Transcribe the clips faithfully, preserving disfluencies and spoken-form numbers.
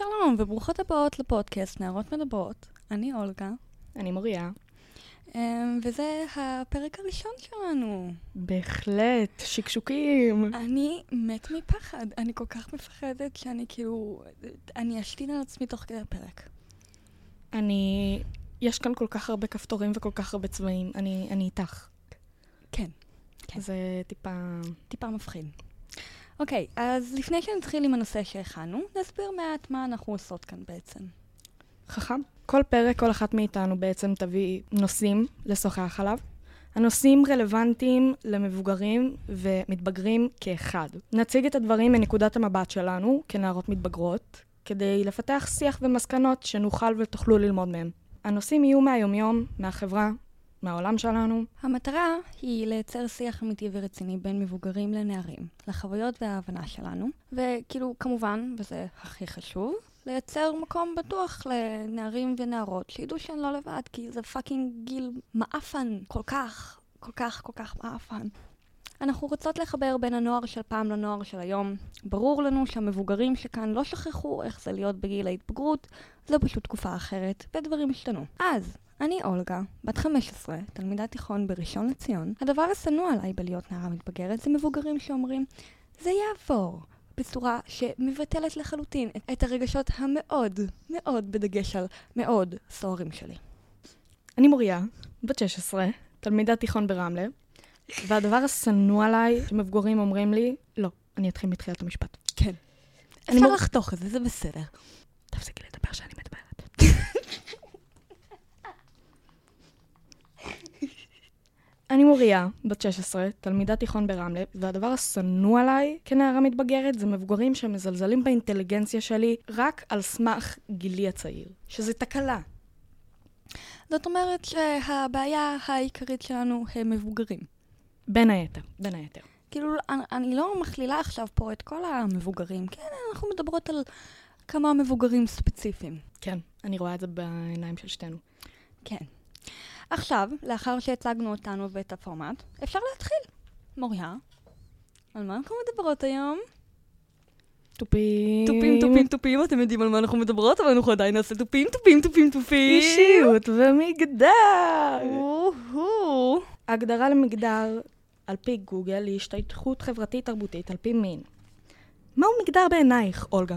שלום וברוכות הבאות לפודקאסט נערות מדברות. אני אולגה. אני מוריה. וזה הפרק הראשון שלנו. בהחלט, שקשוקים. אני מת מפחד. אני כל כך מפחדת שאני כאילו... אני אשתין על עצמי תוך כדי הפרק. אני... יש כאן כל כך הרבה כפתורים וכל כך הרבה צבעים. אני, אני איתך. כן. כן. זה טיפה... טיפה מפחיד. אוקיי, אז לפני שנתחיל עם הנושא שהכנו, נסביר מעט מה אנחנו עושות כאן בעצם. חכם. כל פרק, כל אחת מאיתנו בעצם תביא נושאים לשוחח עליו. הנושאים רלוונטיים למבוגרים ומתבגרים כאחד. נציג את הדברים מנקודת המבט שלנו, כנערות מתבגרות, כדי לפתח שיח ומסקנות שנוכל ותוכלו ללמוד מהם. הנושאים יהיו מהיומיום, מהחברה, מהעולם שלנו. המטרה היא לייצר שיח אמיתי ורציני בין מבוגרים לנערים, לחוויות וההבנה שלנו, וכאילו כמובן, וזה הכי חשוב, לייצר מקום בטוח לנערים ונערות, שידעו שהן לא לבד, כי זה פאקינג גיל מאפן, כל כך, כל כך, כל כך מאפן. אנחנו רוצות לחבר בין הנוער של פעם לנוער של היום. ברור לנו שהמבוגרים שכאן לא שכחו איך זה להיות בגיל ההתבגרות, זו פשוט תקופה אחרת, ודברים השתנו. אז, אני אולגה, בת חמש עשרה, תלמידת תיכון בראשון לציון. הדבר השנוא עליי בלהיות נערה מתבגרת זה מבוגרים שאומרים, זה יעבור. בצורה שמבטלת לחלוטין את הרגשות המאוד, מאוד בדגש על מאוד סוערים שלי. אני מוריה, בת שש עשרה, תלמידת תיכון ברמלה, והדבר השנוא עליי שמבוגרים אומרים לי, לא, אני אתחיל מתחילת המשפט. כן. אפשר מור... לחתוך את זה, זה בסדר. תפסיקי לדבר שאני מדברת. אני מוריה, בת שש עשרה, תלמידת תיכון ברמלה, והדבר השנוא עליי כנערה מתבגרת זה מבוגרים שמזלזלים באינטליגנציה שלי רק על סמך גילי הצעיר, שזה תקלה. זאת אומרת שהבעיה העיקרית שלנו הם מבוגרים. בין היתר, בין היתר. כאילו, אני, אני לא מכלילה עכשיו פה את כל המבוגרים. כן, אנחנו מדברות על כמה מבוגרים ספציפיים. כן, אני רואה את זה בעיניים של שתינו. כן. עכשיו, לאחר שהצגנו אותנו ואת הפורמט, אפשר להתחיל. מוריה, על מה אנחנו מדברות היום? טופים. טופים, טופים, טופים. אתם יודעים על מה אנחנו מדברות, אבל אנחנו עדיין נעשה טופים, טופים, טופים, טופים. אישיות ומגדר. או-הו. ההגדרה למגדר, על פי גוגל, היא השתייכות חברתית תרבותית, על פי מין. מהו מגדר בעינייך, אולגה?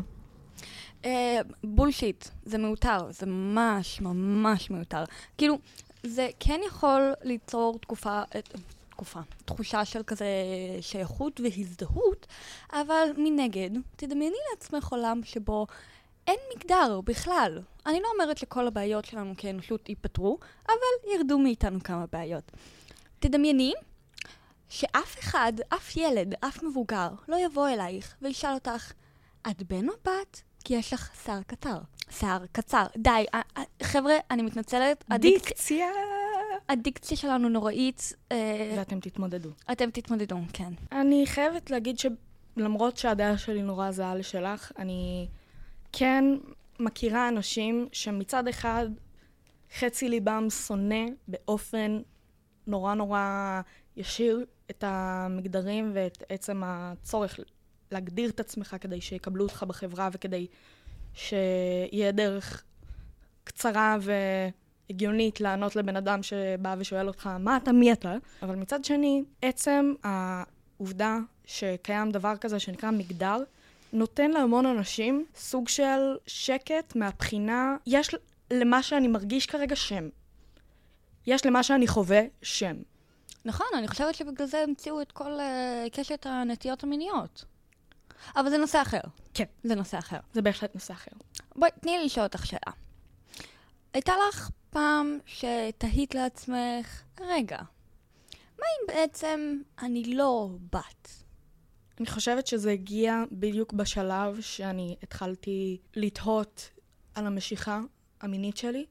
בולשיט. זה מיותר. זה ממש, ממש מיותר. כאילו, זה כן יכול ליצור תקופה, תקופה, תחושה של כזה שייכות והזדהות, אבל מנגד, תדמייני לעצמך עולם שבו אין מגדר בכלל. אני לא אומרת שכל הבעיות שלנו כאנושות ייפתרו, אבל ירדו מאיתנו כמה בעיות. תדמייני שאף אחד, אף ילד, אף מבוגר, לא יבוא אלייך וישאל אותך, את בן או בת? כי יש לך שיער קצר. שיער קצר. די, חבר'ה, אני מתנצלת. דיקציה. הדיקציה שלנו נוראית. ואתם תתמודדו. אתם תתמודדו, כן. אני חייבת להגיד שלמרות שהדעה שלי נורא זהה לשלך, אני כן מכירה אנשים שמצד אחד חצי ליבם שונא באופן נורא נורא ישיר את המגדרים ואת עצם הצורך להגדיר את עצמך כדי שיקבלו אותך בחברה וכדי שיהיה דרך קצרה והגיונית לענות לבן אדם שבא ושואל אותך מה אתה, מי אתה. אבל מצד שני, עצם העובדה שקיים דבר כזה שנקרא מגדר, נותן להמון אנשים סוג של שקט מהבחינה, יש למה שאני מרגיש כרגע שם. יש למה שאני חווה שם. נכון, אני חושבת שבגלל זה המציאו את כל uh, קשת הנטיות המיניות. אבל זה נושא אחר. כן. זה נושא אחר. זה בהחלט נושא אחר. בואי, תני לי לשאול אותך שאלה. הייתה לך פעם שתהית לעצמך, רגע, מה אם בעצם אני לא בת? אני חושבת שזה הגיע בדיוק בשלב שאני התחלתי לתהות על המשיכה המינית שלי.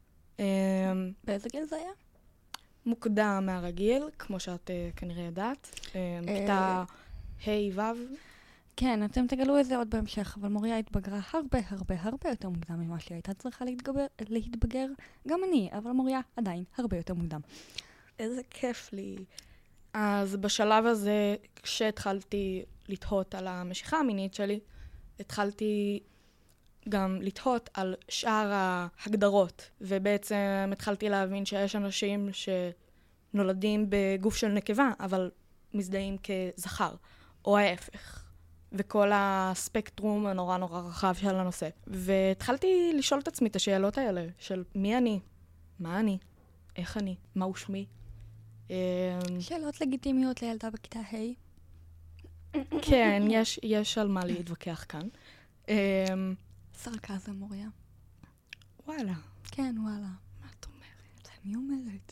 באיזה גיל זה היה? מוקדם מהרגיל, כמו שאת uh, כנראה יודעת. כיתה ה' ו'. כן, אתם תגלו את זה עוד בהמשך, אבל מוריה התבגרה הרבה הרבה הרבה יותר מוקדם ממה שהיא הייתה צריכה להתגבר, להתבגר. גם אני, אבל מוריה עדיין הרבה יותר מוקדם. איזה כיף לי. אז בשלב הזה, כשהתחלתי לתהות על המשיכה המינית שלי, התחלתי גם לתהות על שאר ההגדרות, ובעצם התחלתי להבין שיש אנשים שנולדים בגוף של נקבה, אבל מזדהים כזכר, או ההפך. וכל הספקטרום הנורא נורא רחב של הנושא. והתחלתי לשאול את עצמי את השאלות האלה, של מי אני? מה אני? איך אני? מהו שמי? שאלות לגיטימיות לילדה בכיתה ה'. כן, יש, יש על מה להתווכח כאן. סרקזם, מוריה. וואלה. כן, וואלה. מה את אומרת? אני אומרת.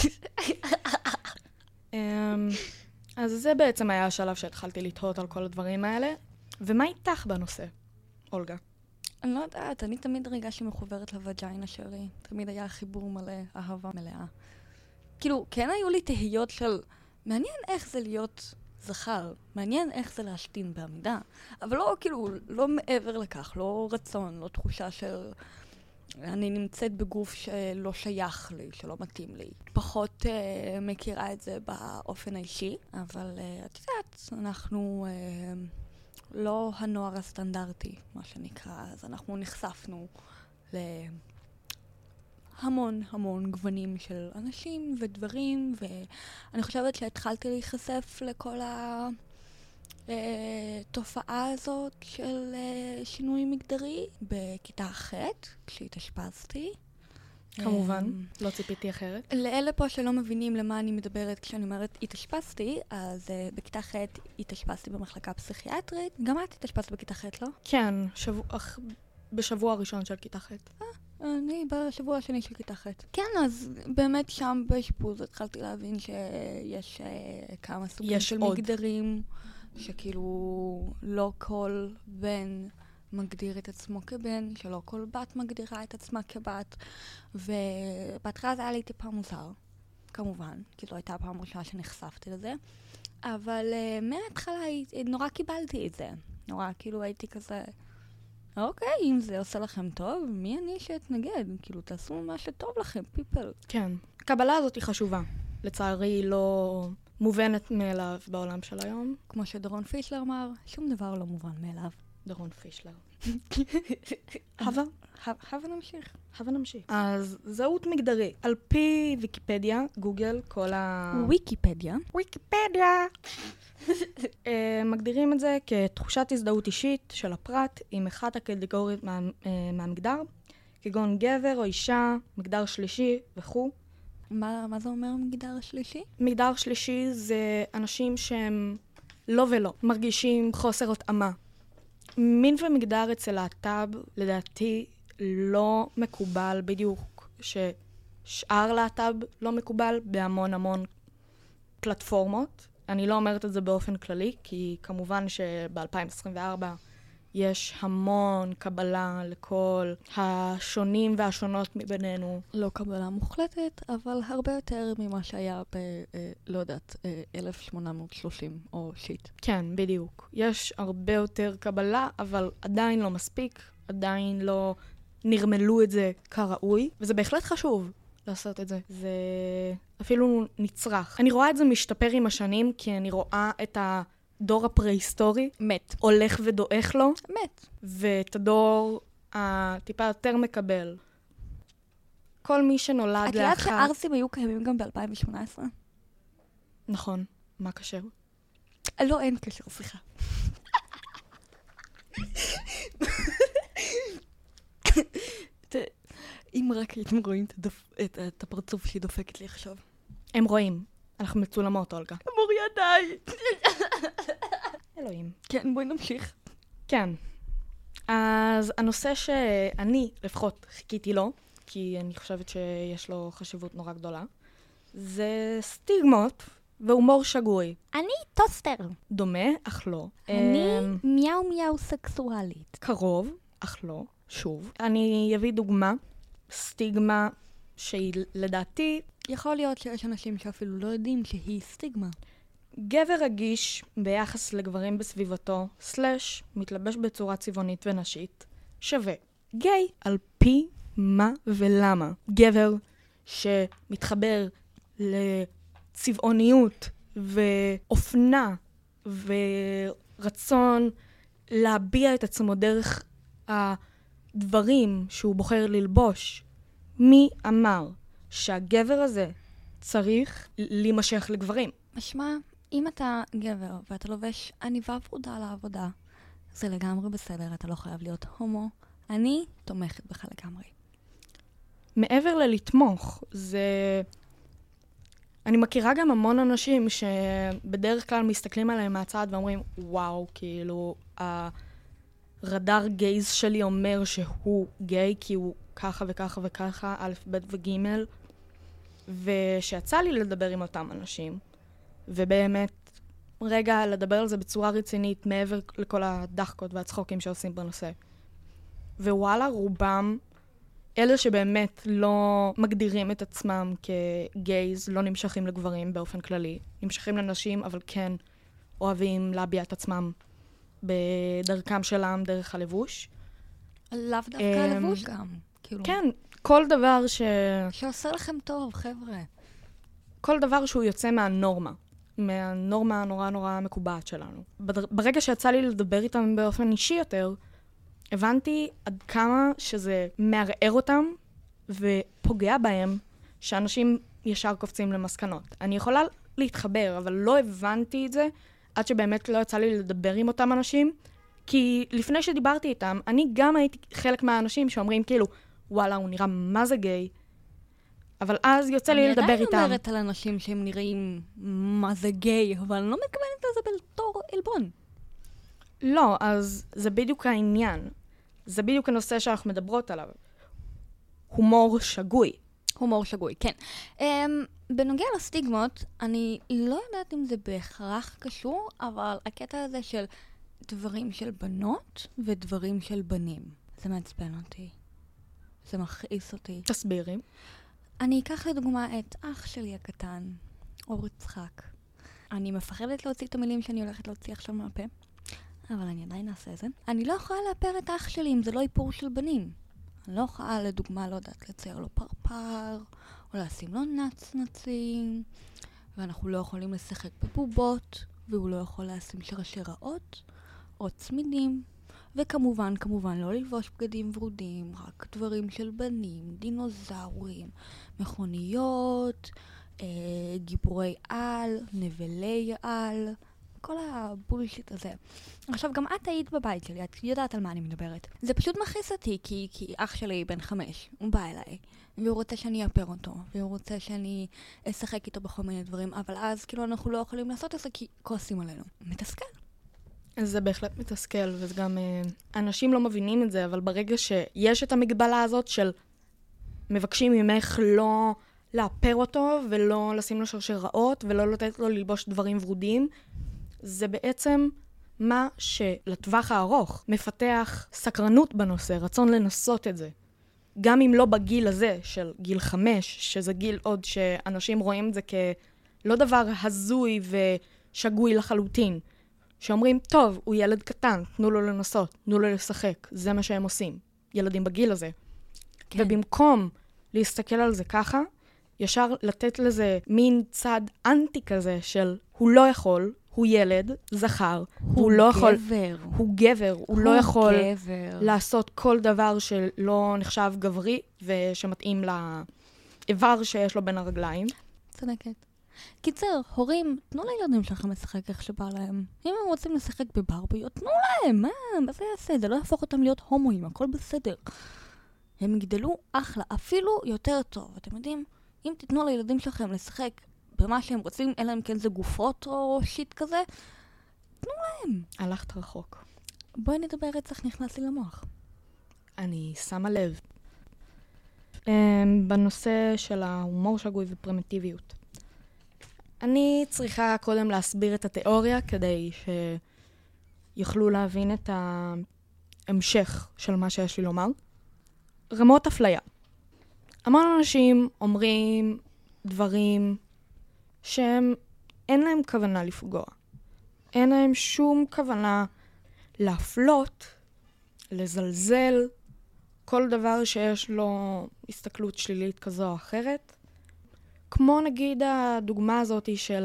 אז זה בעצם היה השלב שהתחלתי לתהות על כל הדברים האלה. ומה איתך בנושא, אולגה? אני לא יודעת, אני תמיד הרגשתי מחוברת לווג'יינה שלי. תמיד היה חיבור מלא, אהבה מלאה. כאילו, כן היו לי תהיות של, מעניין איך זה להיות זכר, מעניין איך זה להשתין בעמידה, אבל לא, כאילו, לא מעבר לכך, לא רצון, לא תחושה של אני נמצאת בגוף שלא שייך לי, שלא מתאים לי. פחות uh, מכירה את זה באופן האישי, אבל uh, את יודעת, אנחנו uh, לא הנוער הסטנדרטי, מה שנקרא, אז אנחנו נחשפנו להמון המון גוונים של אנשים ודברים, ואני חושבת שהתחלתי להיחשף לכל ה... תופעה הזאת של שינוי מגדרי בכיתה ח' כשהתאשפזתי. כמובן, לא ציפיתי אחרת. לאלה פה שלא מבינים למה אני מדברת כשאני אומרת התאשפזתי, אז בכיתה ח' התאשפזתי במחלקה פסיכיאטרית. גם את התאשפזת בכיתה ח', לא? כן, בשבוע הראשון של כיתה ח'. אני בשבוע השני של כיתה ח'. כן, אז באמת שם באשפוז התחלתי להבין שיש כמה סוגים של מגדרים. שכאילו לא כל בן מגדיר את עצמו כבן, שלא כל בת מגדירה את עצמה כבת, ובהתחלה זה היה לי טיפה מוזר, כמובן, כי זו הייתה הפעם ראשונה שנחשפתי לזה, אבל uh, מההתחלה נורא קיבלתי את זה, נורא כאילו הייתי כזה, אוקיי, אם זה עושה לכם טוב, מי אני שאתנגד? כאילו תעשו מה שטוב לכם, פיפל. כן, הקבלה הזאת היא חשובה, לצערי לא... מובנת מאליו בעולם של היום. כמו שדורון פישלר אמר, שום דבר לא מובן מאליו. דורון פישלר. הווה? הווה נמשיך. הווה נמשיך. אז זהות מגדרי. על פי ויקיפדיה, גוגל, כל ה... ויקיפדיה. ויקיפדיה. מגדירים את זה כתחושת הזדהות אישית של הפרט עם אחת הקטגוריות מה, מהמגדר, כגון גבר או אישה, מגדר שלישי וכו'. מה, מה זה אומר מגדר שלישי? מגדר שלישי זה אנשים שהם לא ולא, מרגישים חוסר התאמה. מין ומגדר אצל להט"ב, לדעתי, לא מקובל בדיוק ששאר להט"ב לא מקובל בהמון המון פלטפורמות. אני לא אומרת את זה באופן כללי, כי כמובן שב-אלפיים עשרים וארבע יש המון קבלה לכל השונים והשונות מבינינו. לא קבלה מוחלטת, אבל הרבה יותר ממה שהיה ב... אה, לא יודעת, אה, אלף שמונה מאות ושלושים או שיט. כן, בדיוק. יש הרבה יותר קבלה, אבל עדיין לא מספיק, עדיין לא נרמלו את זה כראוי, וזה בהחלט חשוב לעשות את זה. זה אפילו נצרך. אני רואה את זה משתפר עם השנים, כי אני רואה את ה... דור הפרה-היסטורי, מת. הולך ודועך לו. מת. ואת הדור הטיפה יותר מקבל. כל מי שנולד את לאחת... יודעת שארסים היו קיימים גם ב-אלפיים שמונה עשרה? נכון. מה קשר? לא, אין קשר, סליחה. אם רק הייתם רואים את הפרצוף שהיא דופקת לי עכשיו. הם רואים. אנחנו מצולמות, אולגה. מוריה, די. אלוהים. כן, בואי נמשיך. כן. אז הנושא שאני לפחות חיכיתי לו, כי אני חושבת שיש לו חשיבות נורא גדולה, זה סטיגמות והומור שגוי. אני טוסטר. דומה, אך לא. אני מיהו מיהו סקסואלית. קרוב, אך לא. שוב. אני אביא דוגמה. סטיגמה שהיא לדעתי... יכול להיות שיש אנשים שאפילו לא יודעים שהיא סטיגמה. גבר רגיש ביחס לגברים בסביבתו, סלש, מתלבש בצורה צבעונית ונשית, שווה. גיי, על פי מה ולמה. גבר שמתחבר לצבעוניות ואופנה ורצון להביע את עצמו דרך דברים שהוא בוחר ללבוש, מי אמר שהגבר הזה צריך להימשך לגברים? משמע, אם אתה גבר ואתה לובש עניבה ורודה לעבודה, זה לגמרי בסדר, אתה לא חייב להיות הומו. אני תומכת בך לגמרי. מעבר ללתמוך, זה... אני מכירה גם המון אנשים שבדרך כלל מסתכלים עליהם מהצד ואומרים, וואו, כאילו, הרדאר גייז שלי אומר שהוא גיי, כי הוא ככה וככה וככה, א', ב' וג', ושיצא לי לדבר עם אותם אנשים, ובאמת, רגע, לדבר על זה בצורה רצינית, מעבר לכל הדחקות והצחוקים שעושים בנושא. ווואלה, רובם, אלה שבאמת לא מגדירים את עצמם כגייז, לא נמשכים לגברים באופן כללי, נמשכים לנשים, אבל כן אוהבים להביע את עצמם בדרכם שלהם, דרך הלבוש. לאו דווקא הלבוש גם. כאילו. כן, כל דבר ש... שעושה לכם טוב, חבר'ה. כל דבר שהוא יוצא מהנורמה. מהנורמה הנורא נורא מקובעת שלנו. ברגע שיצא לי לדבר איתם באופן אישי יותר, הבנתי עד כמה שזה מערער אותם ופוגע בהם, שאנשים ישר קופצים למסקנות. אני יכולה להתחבר, אבל לא הבנתי את זה עד שבאמת לא יצא לי לדבר עם אותם אנשים, כי לפני שדיברתי איתם, אני גם הייתי חלק מהאנשים שאומרים כאילו, וואלה, הוא נראה מה זה גיי, אבל אז יוצא לי לדבר איתם. אני עדיין אומרת על אנשים שהם נראים מה זה גיי, אבל אני לא מתכוונת לזה בתור עלבון. לא, אז זה בדיוק העניין. זה בדיוק הנושא שאנחנו מדברות עליו. הומור שגוי. הומור שגוי, כן. Um, בנוגע לסטיגמות, אני לא יודעת אם זה בהכרח קשור, אבל הקטע הזה של דברים של בנות ודברים של בנים, זה מעצבן אותי. זה מכעיס אותי. תסבירי. אני אקח לדוגמה את אח שלי הקטן, אור יצחק. אני מפחדת להוציא את המילים שאני הולכת להוציא עכשיו מהפה, אבל אני עדיין אעשה את זה. אני לא יכולה לאפר את אח שלי אם זה לא איפור של בנים. אני לא יכולה, לדוגמה, לא יודעת, לצייר לו פרפר, או לשים לו נצנצים, ואנחנו לא יכולים לשחק בבובות, והוא לא יכול לשים שרשי רעות, או צמידים, וכמובן, כמובן, לא ללבוש בגדים ורודים, רק דברים של בנים, דינוזאורים, מכוניות, אה, גיבורי על, נבלי על, כל הבולשיט הזה. עכשיו, גם את היית בבית שלי, את יודעת על מה אני מדברת. זה פשוט מכעיס אותי, כי, כי אח שלי בן חמש, הוא בא אליי, והוא רוצה שאני אאפר אותו, והוא רוצה שאני אשחק איתו בכל מיני דברים, אבל אז כאילו אנחנו לא יכולים לעשות את זה, כי כועסים עלינו. מתסכל. זה בהחלט מתסכל, וזה גם... אנשים לא מבינים את זה, אבל ברגע שיש את המגבלה הזאת של מבקשים ממך לא לאפר אותו, ולא לשים לו שרשראות, ולא לתת לו ללבוש דברים ורודים, זה בעצם מה שלטווח הארוך מפתח סקרנות בנושא, רצון לנסות את זה. גם אם לא בגיל הזה של גיל חמש, שזה גיל עוד שאנשים רואים את זה כלא דבר הזוי ושגוי לחלוטין. שאומרים, טוב, הוא ילד קטן, תנו לו לנסות, תנו לו לשחק. זה מה שהם עושים, ילדים בגיל הזה. כן. ובמקום להסתכל על זה ככה, ישר לתת לזה מין צד אנטי כזה של הוא לא יכול, הוא ילד, זכר, הוא, הוא לא יכול... גבר. הוא גבר. הוא, הוא לא יכול גבר. לעשות כל דבר שלא נחשב גברי ושמתאים לאיבר שיש לו בין הרגליים. צדקת. קיצר, הורים, תנו לילדים שלכם לשחק איך שבא להם. אם הם רוצים לשחק בברביות, תנו להם, מה? מה זה יעשה? זה לא יהפוך אותם להיות הומואים, הכל בסדר. הם יגדלו אחלה, אפילו יותר טוב. אתם יודעים, אם תתנו לילדים שלכם לשחק במה שהם רוצים, אלא אם כן זה גופות או שיט כזה, תנו להם. הלכת רחוק. בואי נדבר רצח נכנס לי למוח. אני שמה לב. בנושא של ההומור שגוי ופרימיטיביות. אני צריכה קודם להסביר את התיאוריה כדי שיוכלו להבין את ההמשך של מה שיש לי לומר. רמות אפליה. המון אנשים אומרים דברים שהם אין להם כוונה לפגוע. אין להם שום כוונה להפלות, לזלזל, כל דבר שיש לו הסתכלות שלילית כזו או אחרת. כמו נגיד הדוגמה הזאת של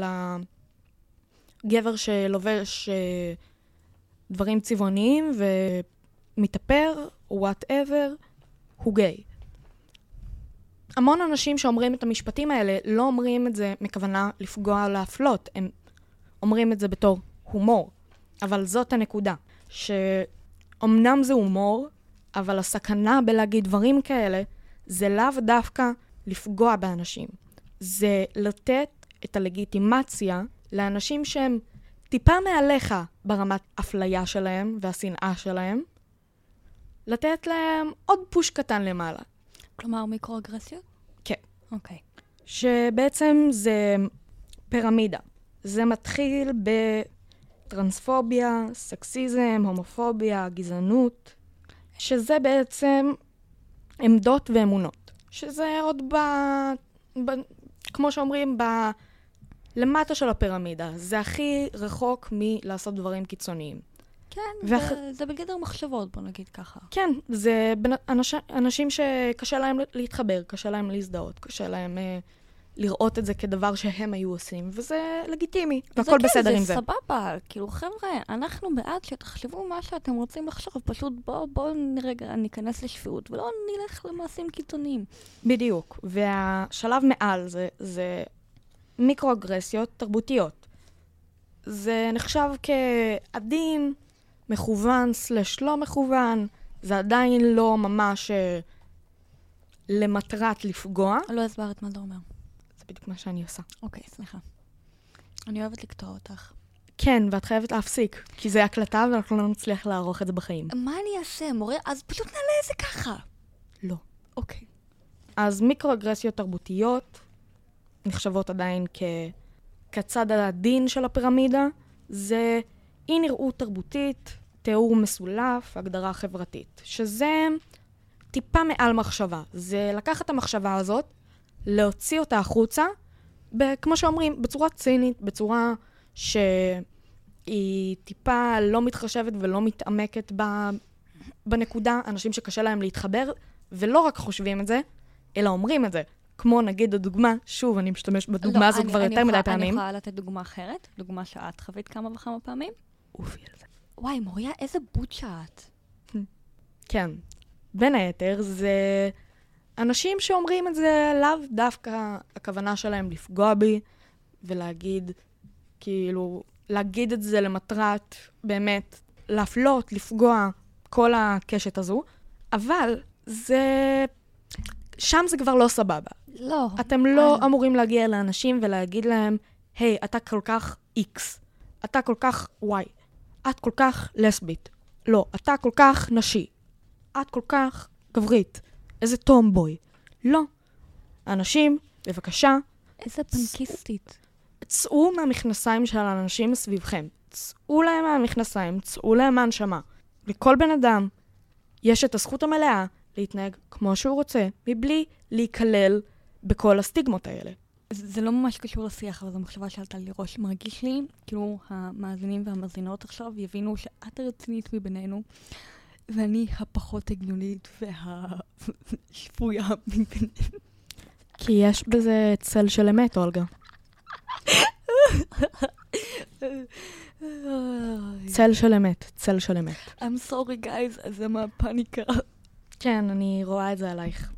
הגבר שלובש דברים צבעוניים ומתאפר whatever, הוא גיי. המון אנשים שאומרים את המשפטים האלה לא אומרים את זה מכוונה לפגוע או להפלות, הם אומרים את זה בתור הומור. אבל זאת הנקודה, שאומנם זה הומור, אבל הסכנה בלהגיד דברים כאלה, זה לאו דווקא לפגוע באנשים. זה לתת את הלגיטימציה לאנשים שהם טיפה מעליך ברמת אפליה שלהם והשנאה שלהם, לתת להם עוד פוש קטן למעלה. כלומר, מיקרואגרסיות? כן. אוקיי. שבעצם זה פירמידה. זה מתחיל בטרנספוביה, סקסיזם, הומופוביה, גזענות, שזה בעצם עמדות ואמונות. שזה עוד ב... ב... כמו שאומרים, ב... למטה של הפירמידה. זה הכי רחוק מלעשות דברים קיצוניים. כן, ואח... זה, זה בגדר מחשבות, בוא נגיד ככה. כן, זה אנש... אנשים שקשה להם להתחבר, קשה להם להזדהות, קשה להם אה, לראות את זה כדבר שהם היו עושים, וזה לגיטימי, והכל כן, בסדר עם זה זה. זה סבבה, כאילו חבר'ה, אנחנו בעד שתחשבו מה שאתם רוצים לחשוב, פשוט בואו בוא רגע ניכנס לשפיות, ולא נלך למעשים קיצוניים. בדיוק, והשלב מעל זה, זה מיקרואגרסיות תרבותיות. זה נחשב כעדין, מכוון סלש לא מכוון, זה עדיין לא ממש למטרת לפגוע. לא הסברת מה זה אומר. זה בדיוק מה שאני עושה. אוקיי, סליחה. אני אוהבת לקטוע אותך. כן, ואת חייבת להפסיק, כי זה הקלטה ואנחנו לא נצליח לערוך את זה בחיים. מה אני אעשה, מורה? אז פשוט נעלה את זה ככה. לא. אוקיי. אז מיקרואגרסיות תרבותיות נחשבות עדיין כ... כצד העדין של הפירמידה, זה אי נראות תרבותית, תיאור מסולף, הגדרה חברתית, שזה טיפה מעל מחשבה. זה לקחת את המחשבה הזאת, להוציא אותה החוצה, ב- כמו שאומרים, בצורה צינית, בצורה שהיא טיפה לא מתחשבת ולא מתעמקת ב- בנקודה, אנשים שקשה להם להתחבר, ולא רק חושבים את זה, אלא אומרים את זה. כמו נגיד הדוגמה, שוב, אני משתמש בדוגמה לא, הזאת אני, כבר אני יותר יכולה, מדי פעמים. אני יכולה לתת דוגמה אחרת, דוגמה שאת חווית כמה וכמה פעמים. אופי על זה. וואי, מוריה, איזה בוטשה את. כן. בין היתר, זה אנשים שאומרים את זה לאו דווקא הכוונה שלהם לפגוע בי, ולהגיד, כאילו, להגיד את זה למטרת באמת להפלות, לפגוע, כל הקשת הזו, אבל זה... שם זה כבר לא סבבה. לא. אתם לא אמורים להגיע לאנשים ולהגיד להם, היי, אתה כל כך איקס, אתה כל כך וואי, את כל כך לסבית. לא, אתה כל כך נשי. את כל כך גברית. איזה טומבוי. לא. האנשים, בבקשה, איזה פנקיסטית. צאו מהמכנסיים של האנשים סביבכם. צאו להם מהמכנסיים, צאו להם מהנשמה. לכל בן אדם יש את הזכות המלאה להתנהג כמו שהוא רוצה, מבלי להיכלל בכל הסטיגמות האלה. זה, זה לא ממש קשור לשיח, אבל זו מחשבה שעלתה לי ראש. מרגיש לי, כאילו המאזינים והמאזינות עכשיו יבינו שאת הרצינית מבינינו, ואני הפחות הגיונית והשפויה מבינינו. כי יש בזה צל של אמת, אולגה. צל של אמת, צל של אמת. I'm sorry guys, זה מהפניקה. כן, אני רואה את זה עלייך.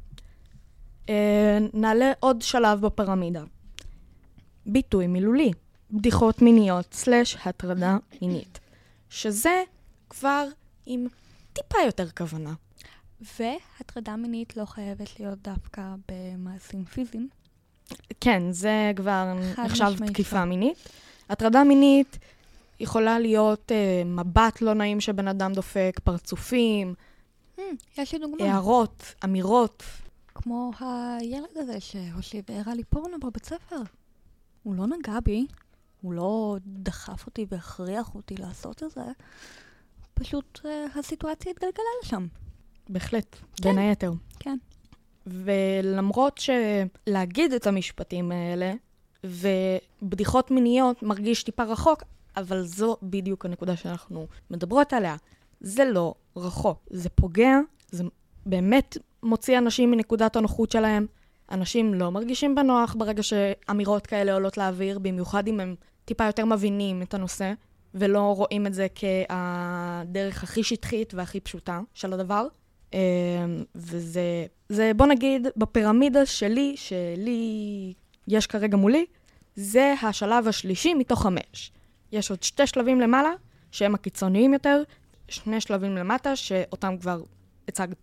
נעלה עוד שלב בפירמידה. ביטוי מילולי. בדיחות מיניות סלש הטרדה מינית. שזה כבר עם טיפה יותר כוונה. והטרדה מינית לא חייבת להיות דווקא במעשים פיזיים. כן, זה כבר נחשב תקיפה כבר. מינית. הטרדה מינית יכולה להיות אה, מבט לא נעים שבן אדם דופק, פרצופים, Hmm, יש לי דוגמה. הערות, אמירות. כמו הילד הזה שהושיב והראה לי פורנו בבית ספר. הוא לא נגע בי, הוא לא דחף אותי והכריח אותי לעשות את זה. פשוט uh, הסיטואציה התגלגלה לשם. בהחלט, כן. בין היתר. כן. ולמרות שלהגיד את המשפטים האלה, ובדיחות מיניות מרגיש טיפה רחוק, אבל זו בדיוק הנקודה שאנחנו מדברות עליה. זה לא רחוק, זה פוגע, זה באמת מוציא אנשים מנקודת הנוחות שלהם. אנשים לא מרגישים בנוח ברגע שאמירות כאלה עולות לאוויר, במיוחד אם הם טיפה יותר מבינים את הנושא, ולא רואים את זה כהדרך הכי שטחית והכי פשוטה של הדבר. וזה, זה, בוא נגיד, בפירמידה שלי, שלי יש כרגע מולי, זה השלב השלישי מתוך חמש. יש עוד שתי שלבים למעלה, שהם הקיצוניים יותר, שני שלבים למטה, שאותם כבר הצגתי.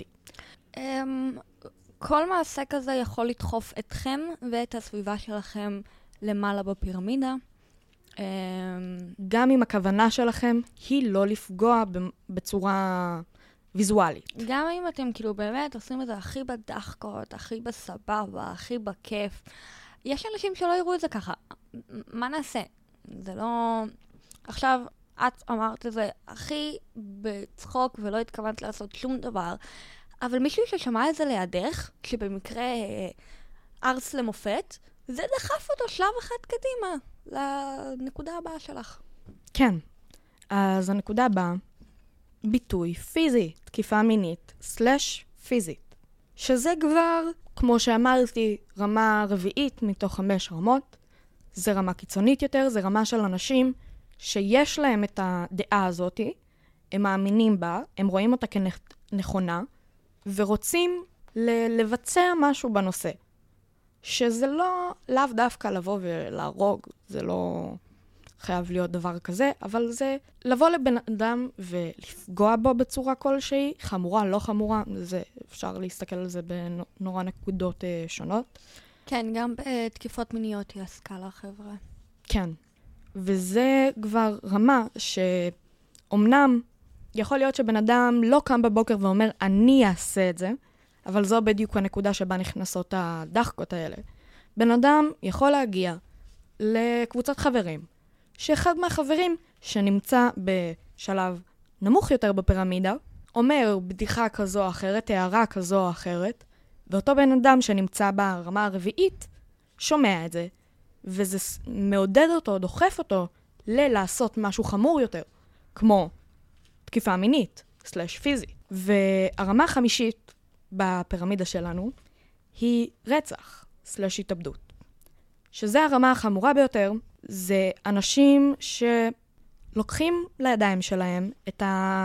כל מעשה כזה יכול לדחוף אתכם ואת הסביבה שלכם למעלה בפירמידה. גם אם הכוונה שלכם היא לא לפגוע בצורה ויזואלית. גם אם אתם כאילו באמת עושים את זה הכי בדחקות, הכי בסבבה, הכי בכיף. יש אנשים שלא יראו את זה ככה. מה נעשה? זה לא... עכשיו, את אמרת את זה הכי בצחוק ולא התכוונת לעשות שום דבר, אבל מישהו ששמע את זה לידך, שבמקרה ארס למופת, זה דחף אותו שלב אחד קדימה לנקודה הבאה שלך. כן. אז הנקודה הבאה, ביטוי פיזי, תקיפה מינית, סלש פיזית. שזה כבר, כמו שאמרתי, רמה רביעית מתוך חמש רמות. זה רמה קיצונית יותר, זה רמה של אנשים שיש להם את הדעה הזאת, הם מאמינים בה, הם רואים אותה כנכונה, ורוצים ל- לבצע משהו בנושא. שזה לא, לאו דווקא לבוא ולהרוג, זה לא חייב להיות דבר כזה, אבל זה לבוא לבן אדם ולפגוע בו בצורה כלשהי, חמורה, לא חמורה, זה, אפשר להסתכל על זה בנורא נקודות uh, שונות. כן, גם בתקיפות מיניות היא הסקאלה, חבר'ה. כן, וזה כבר רמה שאומנם יכול להיות שבן אדם לא קם בבוקר ואומר, אני אעשה את זה, אבל זו בדיוק הנקודה שבה נכנסות הדחקות האלה. בן אדם יכול להגיע לקבוצת חברים, שאחד מהחברים שנמצא בשלב נמוך יותר בפירמידה, אומר בדיחה כזו או אחרת, הערה כזו או אחרת, ואותו בן אדם שנמצא ברמה הרביעית, שומע את זה, וזה מעודד אותו, דוחף אותו, ללעשות משהו חמור יותר, כמו תקיפה מינית, סלש פיזי. והרמה החמישית בפירמידה שלנו, היא רצח, סלש התאבדות. שזה הרמה החמורה ביותר, זה אנשים שלוקחים לידיים שלהם את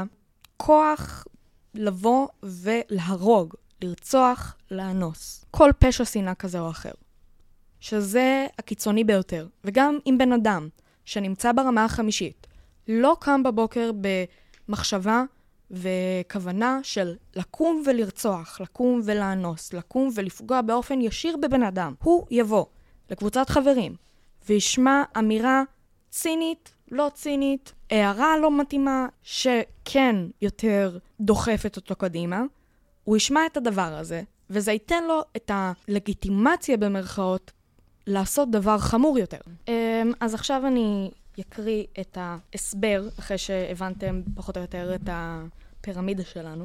הכוח לבוא ולהרוג, לרצוח, לאנוס. כל פשע שנאה כזה או אחר. שזה הקיצוני ביותר. וגם אם בן אדם שנמצא ברמה החמישית, לא קם בבוקר במחשבה וכוונה של לקום ולרצוח, לקום ולאנוס, לקום ולפגוע באופן ישיר בבן אדם. הוא יבוא לקבוצת חברים וישמע אמירה צינית, לא צינית, הערה לא מתאימה, שכן יותר דוחפת אותו קדימה. הוא ישמע את הדבר הזה, וזה ייתן לו את הלגיטימציה במרכאות לעשות דבר חמור יותר. אז עכשיו אני אקריא את ההסבר, אחרי שהבנתם פחות או יותר את הפירמידה שלנו.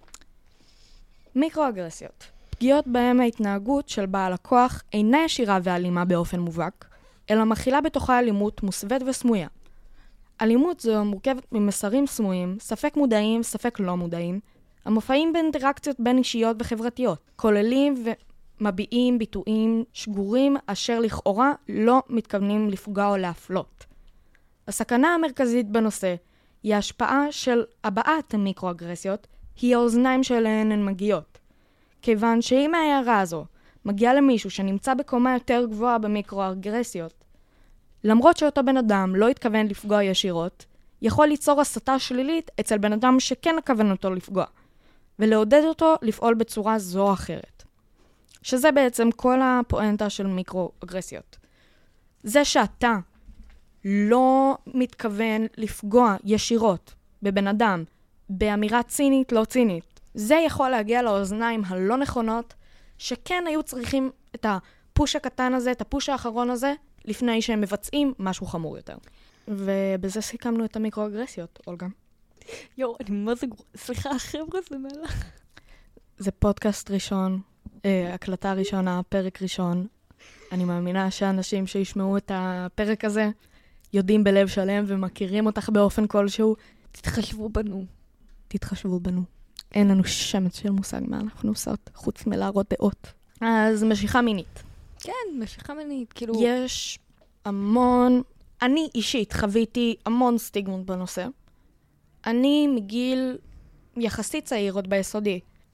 מיקרואגרסיות. פגיעות בהם ההתנהגות של בעל הכוח אינה ישירה ואלימה באופן מובהק, אלא מכילה בתוכה אלימות מוסווית וסמויה. אלימות זו מורכבת ממסרים סמויים, ספק מודעים, ספק לא מודעים, המופעים באינטראקציות בין אישיות וחברתיות, כוללים ומביעים ביטויים שגורים אשר לכאורה לא מתכוונים לפגוע או להפלות. הסכנה המרכזית בנושא היא ההשפעה של הבעת המיקרואגרסיות, היא האוזניים שאליהן הן מגיעות. כיוון שאם ההערה הזו מגיעה למישהו שנמצא בקומה יותר גבוהה במיקרואגרסיות, למרות שאותו בן אדם לא התכוון לפגוע ישירות, יכול ליצור הסתה שלילית אצל בן אדם שכן הכוון אותו לפגוע, ולעודד אותו לפעול בצורה זו או אחרת. שזה בעצם כל הפואנטה של מיקרואגרסיות. זה שאתה לא מתכוון לפגוע ישירות בבן אדם, באמירה צינית, לא צינית, זה יכול להגיע לאוזניים הלא נכונות, שכן היו צריכים את הפוש הקטן הזה, את הפוש האחרון הזה, לפני שהם מבצעים משהו חמור יותר. ובזה סיכמנו את המיקרואגרסיות, אולגה. יואו, אני מה זה גרוע. סליחה, חבר'ה, זה מלך. זה פודקאסט ראשון, אה, הקלטה ראשונה, פרק ראשון. אני מאמינה שאנשים שישמעו את הפרק הזה, יודעים בלב שלם ומכירים אותך באופן כלשהו. תתחשבו בנו. תתחשבו בנו. אין לנו שמץ של מושג מה אנחנו עושות, חוץ מלהראות דעות. אז משיכה מינית. כן, משיכה מינית, כאילו... יש המון... אני אישית חוויתי המון סטיגמות בנושא. אני מגיל יחסית צעיר עוד ביסודי,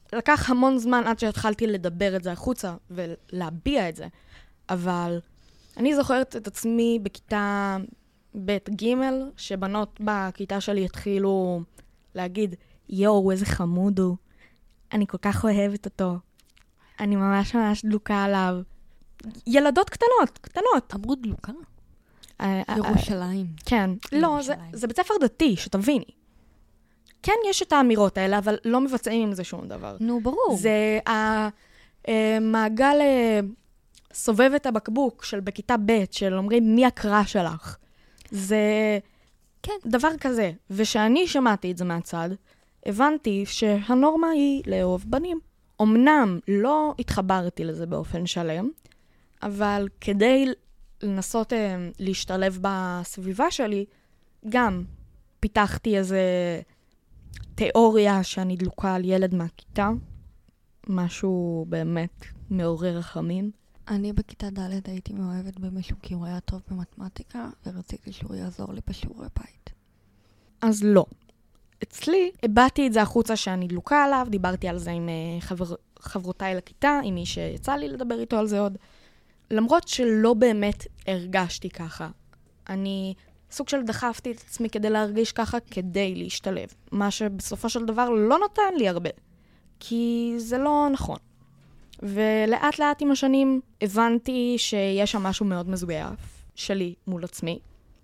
לקח המון זמן עד שהתחלתי לדבר את זה החוצה ולהביע את זה. אבל אני זוכרת את עצמי בכיתה ב' ג' שבנות בכיתה שלי התחילו להגיד, יואו, איזה חמוד הוא. אני כל כך אוהבת אותו. אני ממש ממש דלוקה עליו. ילדות קטנות, קטנות. אמרו דלוקה? ירושלים. כן. לא, זה בית ספר דתי, שתביני. כן, יש את האמירות האלה, אבל לא מבצעים עם זה שום דבר. נו, ברור. זה המעגל סובב את הבקבוק של בכיתה ב' של אומרים, מי הקרא שלך? זה כן. דבר כזה. ושאני שמעתי את זה מהצד, הבנתי שהנורמה היא לאהוב בנים. אמנם לא התחברתי לזה באופן שלם, אבל כדי לנסות להשתלב בסביבה שלי, גם פיתחתי איזה תיאוריה שאני דלוקה על ילד מהכיתה, משהו באמת מעורר רחמים. אני בכיתה ד' הייתי מאוהבת במישהו כי הוא היה טוב במתמטיקה, ורציתי שהוא יעזור לי בשיעורי בית. אז לא. אצלי, הבאתי את זה החוצה שאני דלוקה עליו, דיברתי על זה עם חבר, חברותיי לכיתה, עם מי שיצא לי לדבר איתו על זה עוד. למרות שלא באמת הרגשתי ככה. אני סוג של דחפתי את עצמי כדי להרגיש ככה, כדי להשתלב. מה שבסופו של דבר לא נותן לי הרבה. כי זה לא נכון. ולאט לאט עם השנים הבנתי שיש שם משהו מאוד מזויף שלי מול עצמי.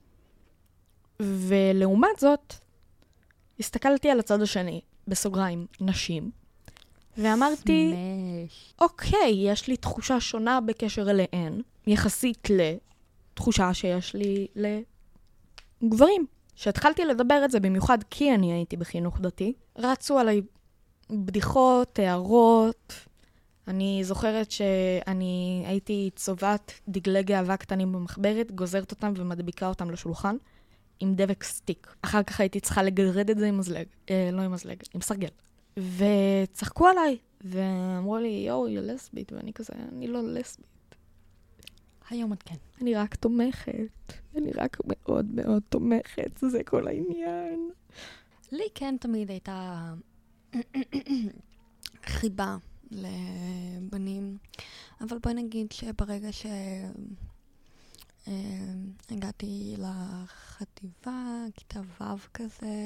ולעומת זאת, הסתכלתי על הצד השני, בסוגריים, נשים, ואמרתי, שמש. אוקיי, יש לי תחושה שונה בקשר אליהן, יחסית לתחושה שיש לי לגברים. כשהתחלתי לדבר את זה, במיוחד כי אני הייתי בחינוך דתי, רצו עליי בדיחות, הערות. אני זוכרת שאני הייתי צובעת דגלי גאווה קטנים במחברת, גוזרת אותם ומדביקה אותם לשולחן, עם דבק סטיק. אחר כך הייתי צריכה לגרד את זה עם מזלג. אה, לא עם מזלג, עם סרגל. וצחקו עליי, ואמרו לי, יואו, היא לסבית, ואני כזה, אני לא לסבית. היום את כן. אני רק תומכת. אני רק מאוד מאוד תומכת. זה כל העניין. לי כן תמיד הייתה חיבה לבנים, אבל בואי נגיד שברגע ש... הגעתי לחטיבה, כיתה ו' כזה,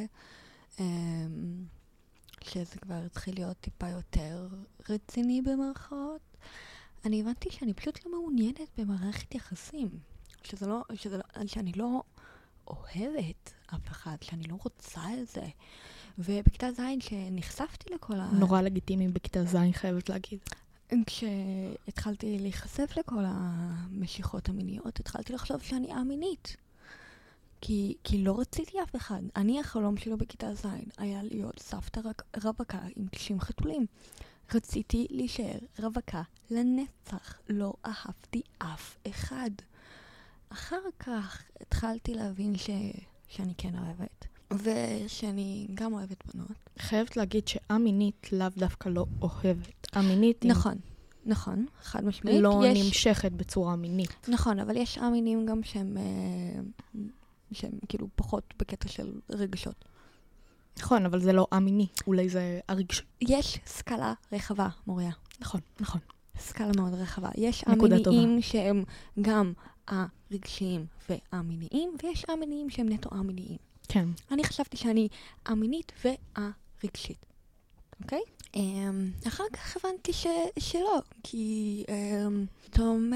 שזה כבר התחיל להיות טיפה יותר רציני במרכאות. אני הבנתי שאני פשוט לא מעוניינת במערכת יחסים. שזה לא, שזה, שאני לא אוהבת אף אחד, שאני לא רוצה את זה. ובכיתה ז' שנחשפתי לכל ה... נורא לגיטימי בכיתה ז', חייבת להגיד. כשהתחלתי להיחשף לכל המשיכות המיניות, התחלתי לחשוב שאני א-מינית. כי, כי לא רציתי אף אחד. אני, החלום שלו בכיתה ז' היה להיות סבתא רווקה עם תשעים חתולים. רציתי להישאר רווקה לנצח. לא אהבתי אף אחד. אחר כך התחלתי להבין ש... שאני כן אוהבת. ושאני גם אוהבת בנות. חייבת להגיד א-מינית לאו דווקא לא אוהבת. א-מינית נכון, נכון, חד משמעית. לא יש... נמשכת בצורה מינית. נכון, אבל יש א-מינים גם שהם, שהם כאילו פחות בקטע של רגשות. נכון, אבל זה לא א-מיני, אולי זה הרגש. יש סקאלה רחבה, מוריה. נכון, נכון. סקאלה מאוד רחבה. יש א-מיניים שהם גם הרגשיים וא-מיניים, ויש א-מיניים שהם נטו א-מיניים. כן. אני חשבתי שאני א-מינית וא-רגשית. אוקיי? אחר כך הבנתי ש... שלא, כי פתאום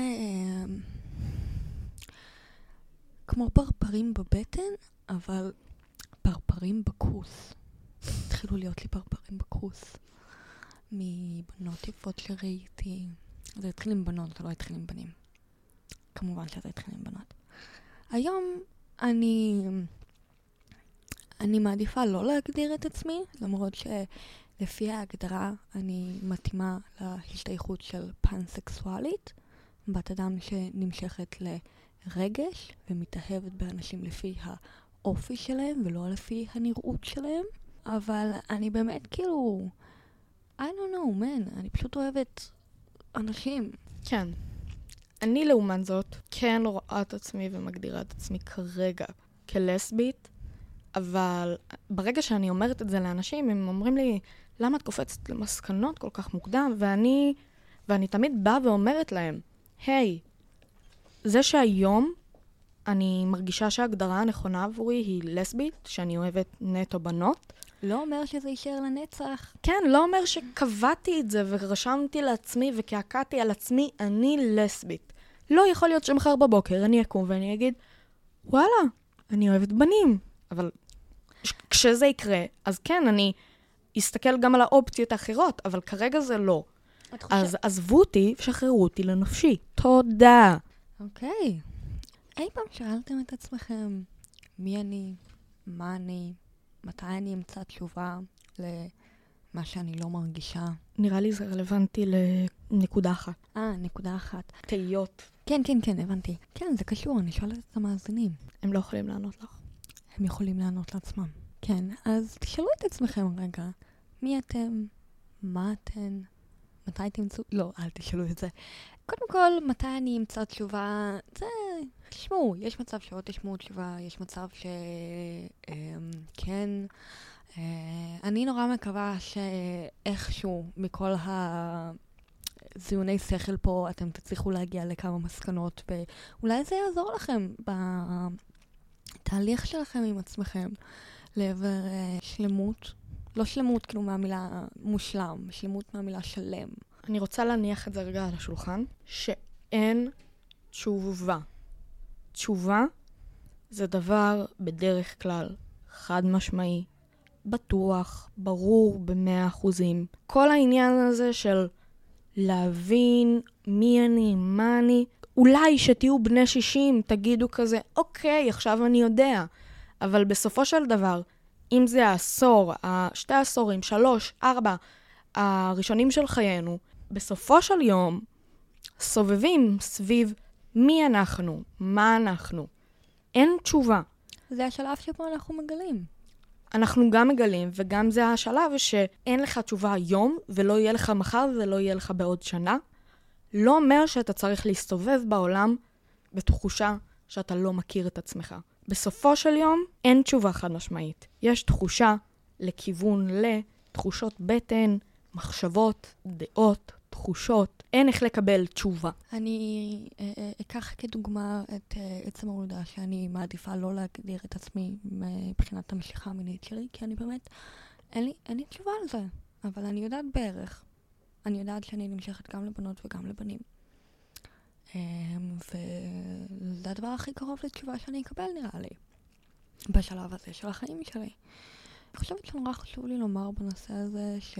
כמו פרפרים בבטן, אבל פרפרים בכוס. התחילו להיות לי פרפרים בכוס. מבנות יפות שראיתי. זה התחיל עם בנות, זה לא התחיל עם בנים. כמובן שזה התחיל עם בנות. היום אני... אני מעדיפה לא להגדיר את עצמי, למרות שלפי ההגדרה אני מתאימה להשתייכות של פאנסקסואלית, בת אדם שנמשכת לרגש ומתאהבת באנשים לפי האופי שלהם ולא לפי הנראות שלהם. אבל אני באמת כאילו, I don't know, man, אני פשוט אוהבת אנשים. כן. אני לעומת זאת כן רואה את עצמי ומגדירה את עצמי כרגע כלסבית, אבל ברגע שאני אומרת את זה לאנשים, הם אומרים לי, למה את קופצת למסקנות כל כך מוקדם? ואני, ואני תמיד באה ואומרת להם, היי, זה שהיום אני מרגישה שההגדרה הנכונה עבורי היא לסבית, שאני אוהבת נטו בנות. לא אומר שזה יישאר לנצח. כן, לא אומר שקבעתי את זה ורשמתי לעצמי וקעקעתי על עצמי, אני לסבית. לא יכול להיות שמחר בבוקר אני אקום ואני אגיד, וואלה, אני אוהבת בנים. אבל כשזה יקרה, אז כן, אני אסתכל גם על האופציות האחרות, אבל כרגע זה לא. אז עזבו אותי ושחררו אותי לנפשי. תודה. אוקיי. אי פעם שאלתם את עצמכם, מי אני, מה אני, מתי אני אמצא תשובה למה שאני לא מרגישה? נראה לי זה רלוונטי לנקודה אחת. אה, נקודה אחת. תהיות. כן, כן, כן, הבנתי. כן, זה קשור, אני שואלת את המאזינים. הם לא יכולים לענות לך. הם יכולים לענות לעצמם. כן, אז תשאלו את עצמכם רגע, מי אתם, מה אתן, מתי תמצאו, לא, אל תשאלו את זה. קודם כל, מתי אני אמצא תשובה, זה, תשמעו, יש מצב שעוד תשמעו תשובה, יש מצב ש... אה, כן, אה, אני נורא מקווה שאיכשהו מכל הזיוני שכל פה אתם תצליחו להגיע לכמה מסקנות, ואולי זה יעזור לכם בתהליך שלכם עם עצמכם לעבר אה, שלמות. לא שלמות כאילו מהמילה מושלם, שלמות מהמילה שלם. אני רוצה להניח את זה רגע על השולחן, שאין תשובה. תשובה זה דבר בדרך כלל חד משמעי, בטוח, ברור במאה אחוזים. כל העניין הזה של להבין מי אני, מה אני, אולי שתהיו בני שישים, תגידו כזה, אוקיי, עכשיו אני יודע. אבל בסופו של דבר, אם זה העשור, השתי העשורים, שלוש, ארבע, הראשונים של חיינו, בסופו של יום, סובבים סביב מי אנחנו, מה אנחנו. אין תשובה. זה השלב שבו אנחנו מגלים. אנחנו גם מגלים, וגם זה השלב שאין לך תשובה היום, ולא יהיה לך מחר, ולא יהיה לך בעוד שנה. לא אומר שאתה צריך להסתובב בעולם בתחושה שאתה לא מכיר את עצמך. בסופו של יום, אין תשובה חד משמעית. יש תחושה לכיוון לתחושות בטן, מחשבות, דעות, תחושות. אין איך לקבל תשובה. אני אה, אה, אקח כדוגמה את אה, עצם העובדה שאני מעדיפה לא להגדיר את עצמי מבחינת המשיכה המינית שלי, כי אני באמת, אין לי, אין לי תשובה על זה. אבל אני יודעת בערך. אני יודעת שאני נמשכת גם לבנות וגם לבנים. וזה הדבר הכי קרוב לתשובה שאני אקבל נראה לי. בשלב הזה של החיים שלי. אני חושבת שנורא חשוב לי לומר בנושא הזה ש...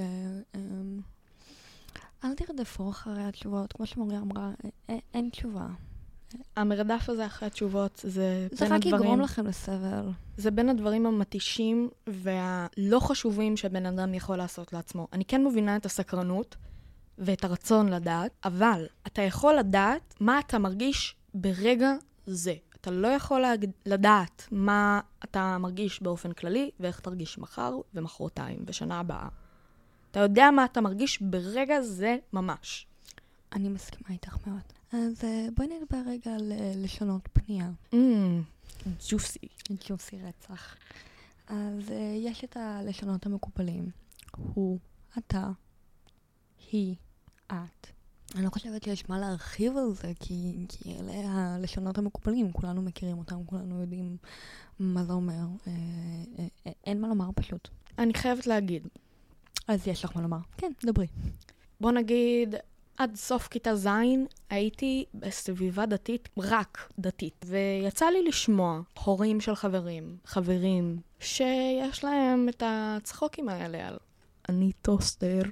אל תרדפו אחרי התשובות, כמו שמוריה אמרה, אין תשובה. המרדף הזה אחרי התשובות זה זה בין רק הדברים... יגרום לכם לסבל. זה בין הדברים המתישים והלא חשובים שבן אדם יכול לעשות לעצמו. אני כן מבינה את הסקרנות ואת הרצון לדעת, אבל אתה יכול לדעת מה אתה מרגיש ברגע זה. אתה לא יכול לדעת מה אתה מרגיש באופן כללי ואיך תרגיש מחר ומחרתיים ושנה הבאה. אתה יודע מה אתה מרגיש ברגע זה ממש. אני מסכימה איתך מאוד. אז uh, בואי נדבר רגע על uh, לשונות פנייה. ג'וסי. ג'וסי רצח. אז uh, יש את הלשונות המקובלים. הוא, אתה, היא, את. אני לא חושבת שיש מה להרחיב על זה, כי, כי אלה הלשונות המקובלים. כולנו מכירים אותם, כולנו יודעים מה זה אומר. Uh, uh, uh, אין מה לומר פשוט. אני חייבת להגיד. אז יש לך מה לומר. כן, דברי. בוא נגיד, עד סוף כיתה זין הייתי בסביבה דתית, רק דתית. ויצא לי לשמוע הורים של חברים, חברים, שיש להם את הצחוקים האלה על אני טוסטר,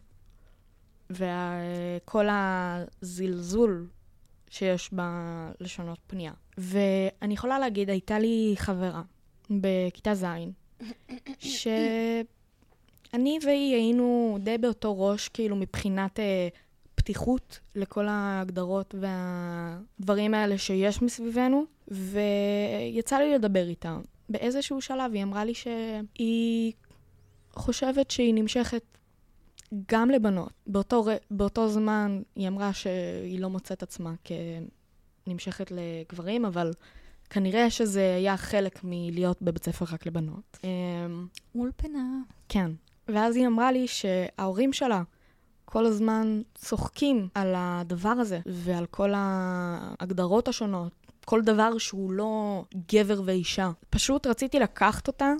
וכל הזלזול שיש בלשונות פנייה. ואני יכולה להגיד, הייתה לי חברה בכיתה זין, ש... אני והיא היינו די באותו ראש, כאילו מבחינת אה, פתיחות לכל ההגדרות והדברים האלה שיש מסביבנו, ויצא לי לדבר איתה. באיזשהו שלב היא אמרה לי שהיא חושבת שהיא נמשכת גם לבנות. באותו, באותו זמן היא אמרה שהיא לא מוצאת עצמה כנמשכת לגברים, אבל כנראה שזה היה חלק מלהיות בבית ספר רק לבנות. אולפנה. כן. ואז היא אמרה לי שההורים שלה כל הזמן צוחקים על הדבר הזה, ועל כל ההגדרות השונות, כל דבר שהוא לא גבר ואישה. פשוט רציתי לקחת אותה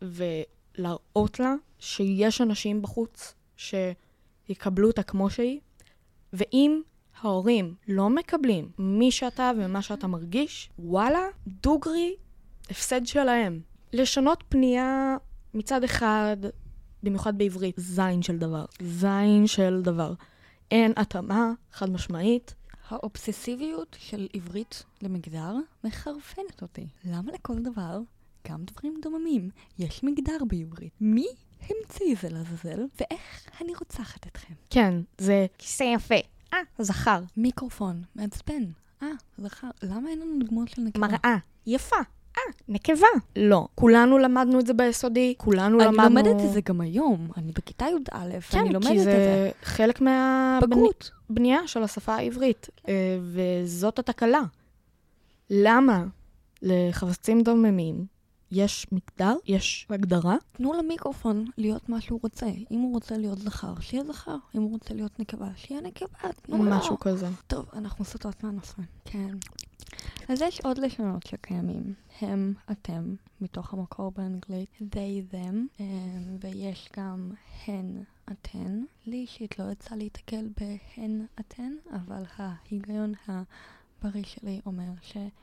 ולהראות לה שיש אנשים בחוץ שיקבלו אותה כמו שהיא, ואם ההורים לא מקבלים מי שאתה ומה שאתה מרגיש, וואלה, דוגרי, הפסד שלהם. לשנות פנייה מצד אחד, במיוחד בעברית, זין של דבר. זין של דבר. אין התאמה חד משמעית. האובססיביות של עברית למגדר מחרפנת אותי. למה לכל דבר, גם דברים דוממים, יש מגדר בעברית? מי המציא זה לזלזל, ואיך אני רוצחת אתכם? כן, זה כיסא יפה. אה, זכר. מיקרופון, מעצבן. אה, זכר. למה אין לנו דוגמאות של נקבה? מראה, יפה. אה, נקבה. לא. כולנו למדנו את זה ביסודי, כולנו אני למדנו... אני לומדת את זה גם היום. אני בכיתה י"א, כן, אני לומדת כי את זה. זה חלק בגרות. מהבנייה של השפה העברית. אה, וזאת התקלה. למה לחפצים דוממים יש מגדר, יש הגדרה? תנו למיקרופון להיות מה שהוא רוצה. אם הוא רוצה להיות זכר, שיהיה זכר. אם הוא רוצה להיות נקבה, שיהיה נקבה. תנו לו. משהו כזה. טוב, אנחנו סוטות מהנושא. כן. אז יש עוד לשונות שקיימים. הם, אתם, מתוך המקור באנגלית, they, them, ויש גם הן, אתן. לי אישית לא יצא להתקל בהן, אתן, אבל ההיגיון הבריא שלי אומר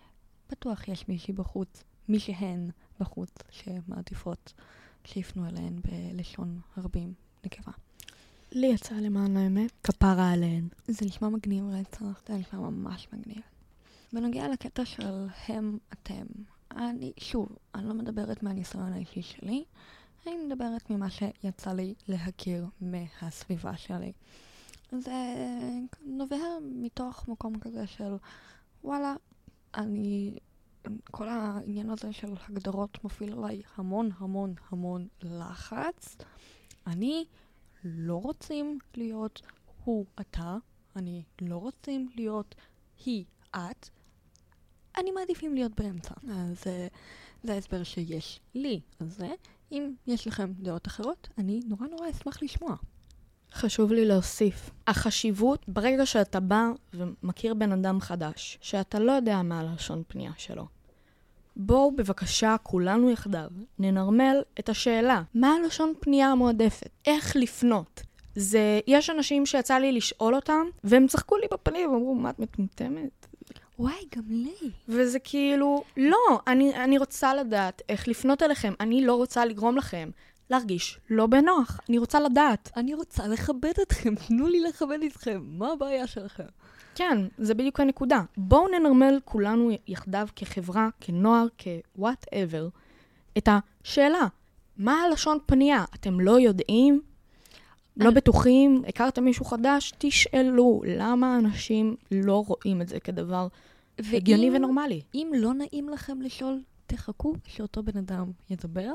שבטוח יש מישהי בחוץ, מישהן בחוץ, שמעדיפות שיפנו אליהן בלשון רבים, נקבה. לי יצא למען האמת, כפרה עליהן. זה נשמע מגניב רצח, זה נשמע ממש מגניב. בנוגע לקטע של הם, אתם, אני, שוב, אני לא מדברת מהניסיון האישי שלי, אני מדברת ממה שיצא לי להכיר מהסביבה שלי. זה נובע מתוך מקום כזה של, וואלה, אני, כל העניין הזה של הגדרות מפעיל עליי המון המון המון לחץ. אני לא רוצים להיות הוא, אתה, אני לא רוצים להיות היא, את, אני מעדיפים להיות באמצע. אז זה, זה ההסבר שיש לי. אז זה, אם יש לכם דעות אחרות, אני נורא נורא אשמח לשמוע. חשוב לי להוסיף. החשיבות, ברגע שאתה בא ומכיר בן אדם חדש, שאתה לא יודע מה הלשון פנייה שלו, בואו בבקשה כולנו יחדיו ננרמל את השאלה. מה הלשון פנייה המועדפת? איך לפנות? זה, יש אנשים שיצא לי לשאול אותם, והם צחקו לי בפנים ואמרו, מה את מטומטמת? וואי, גם לי. וזה כאילו, לא, אני, אני רוצה לדעת איך לפנות אליכם. אני לא רוצה לגרום לכם להרגיש לא בנוח. אני רוצה לדעת. אני רוצה לכבד אתכם. תנו לי לכבד אתכם. מה הבעיה שלכם? כן, זה בדיוק הנקודה. בואו ננרמל כולנו יחדיו כחברה, כנוער, כ-whatever, את השאלה. מה הלשון פנייה? אתם לא יודעים? לא בטוחים? הכרתם מישהו חדש? תשאלו. למה אנשים לא רואים את זה כדבר הגיוני ונורמלי? אם לא נעים לכם לשאול, תחכו שאותו בן אדם ידבר,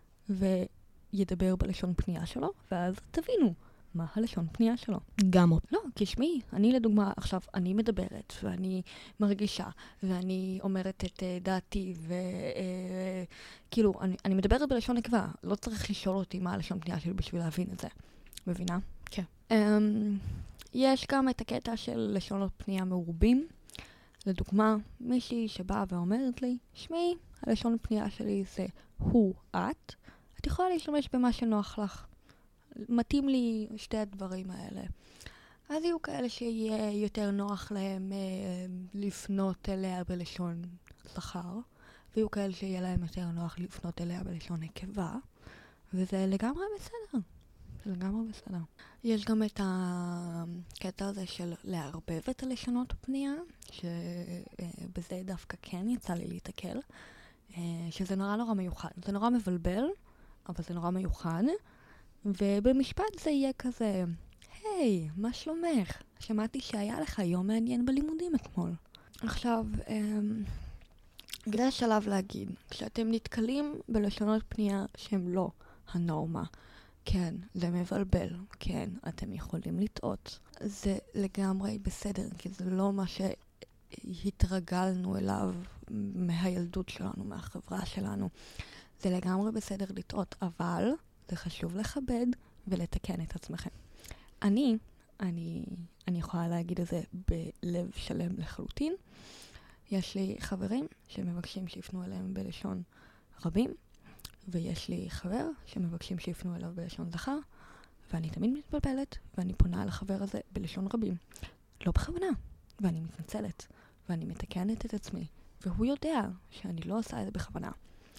וידבר בלשון פנייה שלו, ואז תבינו מה הלשון פנייה שלו. גם עוד. לא, כשמי, אני לדוגמה, עכשיו, אני מדברת, ואני מרגישה, ואני אומרת את uh, דעתי, וכאילו, uh, אני, אני מדברת בלשון נקבה, לא צריך לשאול אותי מה הלשון פנייה שלי בשביל להבין את זה. מבינה? כן. Um, יש גם את הקטע של לשונות פנייה מרובים. לדוגמה, מישהי שבאה ואומרת לי, שמי, הלשון פנייה שלי זה הוא, את. את יכולה להשתמש במה שנוח לך. מתאים לי שתי הדברים האלה. אז יהיו כאלה שיהיה יותר נוח להם אה, לפנות אליה בלשון זכר, ויהיו כאלה שיהיה להם יותר נוח לפנות אליה בלשון נקבה, וזה לגמרי בסדר. זה לגמרי בסדר. יש גם את הקטע הזה של לערבב את הלשונות פנייה, שבזה דווקא כן יצא לי להתקל, שזה נורא נורא מיוחד. זה נורא מבלבל, אבל זה נורא מיוחד. ובמשפט זה יהיה כזה, היי, מה שלומך? שמעתי שהיה לך יום מעניין בלימודים אתמול. עכשיו, זה השלב להגיד, כשאתם נתקלים בלשונות פנייה שהם לא הנורמה, כן, זה מבלבל, כן, אתם יכולים לטעות. זה לגמרי בסדר, כי זה לא מה שהתרגלנו אליו מהילדות שלנו, מהחברה שלנו. זה לגמרי בסדר לטעות, אבל זה חשוב לכבד ולתקן את עצמכם. אני, אני, אני יכולה להגיד את זה בלב שלם לחלוטין. יש לי חברים שמבקשים שיפנו אליהם בלשון רבים, ויש לי חבר שמבקשים שיפנו אליו בלשון זכר, ואני תמיד מתבלבלת, ואני פונה לחבר הזה בלשון רבים. לא בכוונה, ואני מתנצלת, ואני מתקנת את עצמי, והוא יודע שאני לא עושה את זה בכוונה.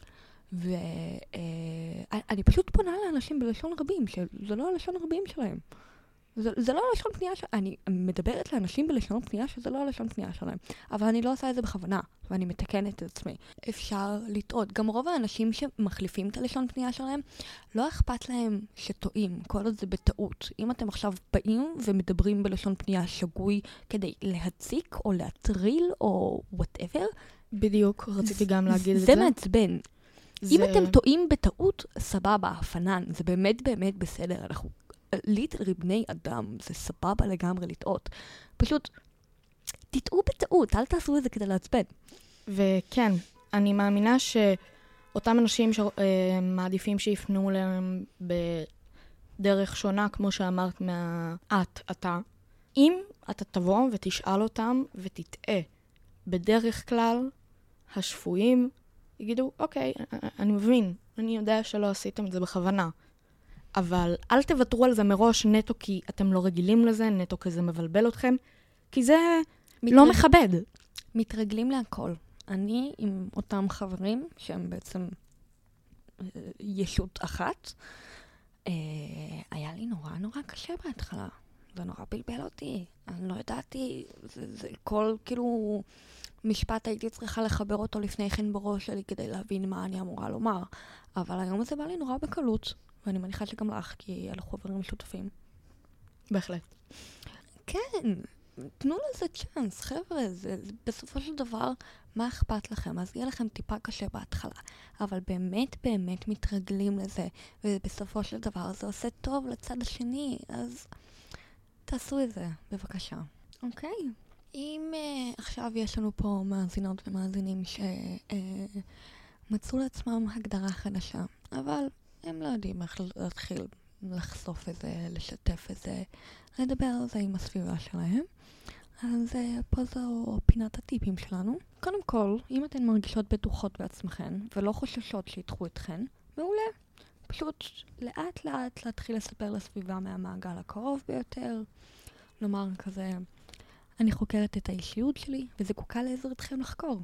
ואני פשוט פונה לאנשים בלשון רבים, שזה לא הלשון רבים שלהם. זה, זה לא לשון פנייה שלהם. אני מדברת לאנשים בלשון פנייה שזה לא לשון פנייה שלהם. אבל אני לא עושה את זה בכוונה, ואני מתקנת את עצמי. אפשר לטעות. גם רוב האנשים שמחליפים את הלשון פנייה שלהם, לא אכפת להם שטועים. כל עוד זה בטעות. אם אתם עכשיו באים ומדברים בלשון פנייה שגוי כדי להציק או להטריל או whatever, בדיוק, רציתי גם להגיד את זה. זה מעצבן. זה... אם אתם טועים בטעות, סבבה, פנן. זה באמת באמת בסדר. אנחנו ליטרי בני אדם, זה סבבה לגמרי לטעות. פשוט, תטעו בטעות, אל תעשו את זה כדי לעצבן. וכן, אני מאמינה שאותם אנשים שמעדיפים שיפנו להם בדרך שונה, כמו שאמרת מהאת, אתה, אם אתה תבוא ותשאל אותם ותטעה בדרך כלל, השפויים יגידו, אוקיי, אני מבין, אני יודע שלא עשיתם את זה בכוונה. אבל אל תוותרו על זה מראש נטו כי אתם לא רגילים לזה, נטו כי זה מבלבל אתכם, כי זה מתרג... לא מכבד. מתרגלים להכל. אני עם אותם חברים, שהם בעצם ישות אחת, אה, היה לי נורא נורא קשה בהתחלה. זה נורא בלבל אותי. אני לא ידעתי, זה, זה כל כאילו משפט הייתי צריכה לחבר אותו לפני כן בראש שלי כדי להבין מה אני אמורה לומר. אבל היום זה בא לי נורא בקלות. ואני מניחה שגם לך, כי אנחנו חברים משותפים. בהחלט. כן, תנו לזה צ'אנס, חבר'ה. זה, זה, בסופו של דבר, מה אכפת לכם? אז יהיה לכם טיפה קשה בהתחלה. אבל באמת באמת מתרגלים לזה. ובסופו של דבר זה עושה טוב לצד השני. אז תעשו את זה, בבקשה. אוקיי. אם uh, עכשיו יש לנו פה מאזינות ומאזינים שמצאו uh, לעצמם הגדרה חדשה, אבל הם לא יודעים איך להתחיל לחשוף את זה, לשתף את זה, לדבר על זה עם הסביבה שלהם. אז פה זו פינת הטיפים שלנו. קודם כל, אם אתן מרגישות בטוחות בעצמכן, ולא חוששות שיתחו אתכן, מעולה. פשוט לאט לאט להתחיל לספר לסביבה מהמעגל הקרוב ביותר. לומר כזה, אני חוקרת את האישיות שלי, וזקוקה לעזרתכם לחקור.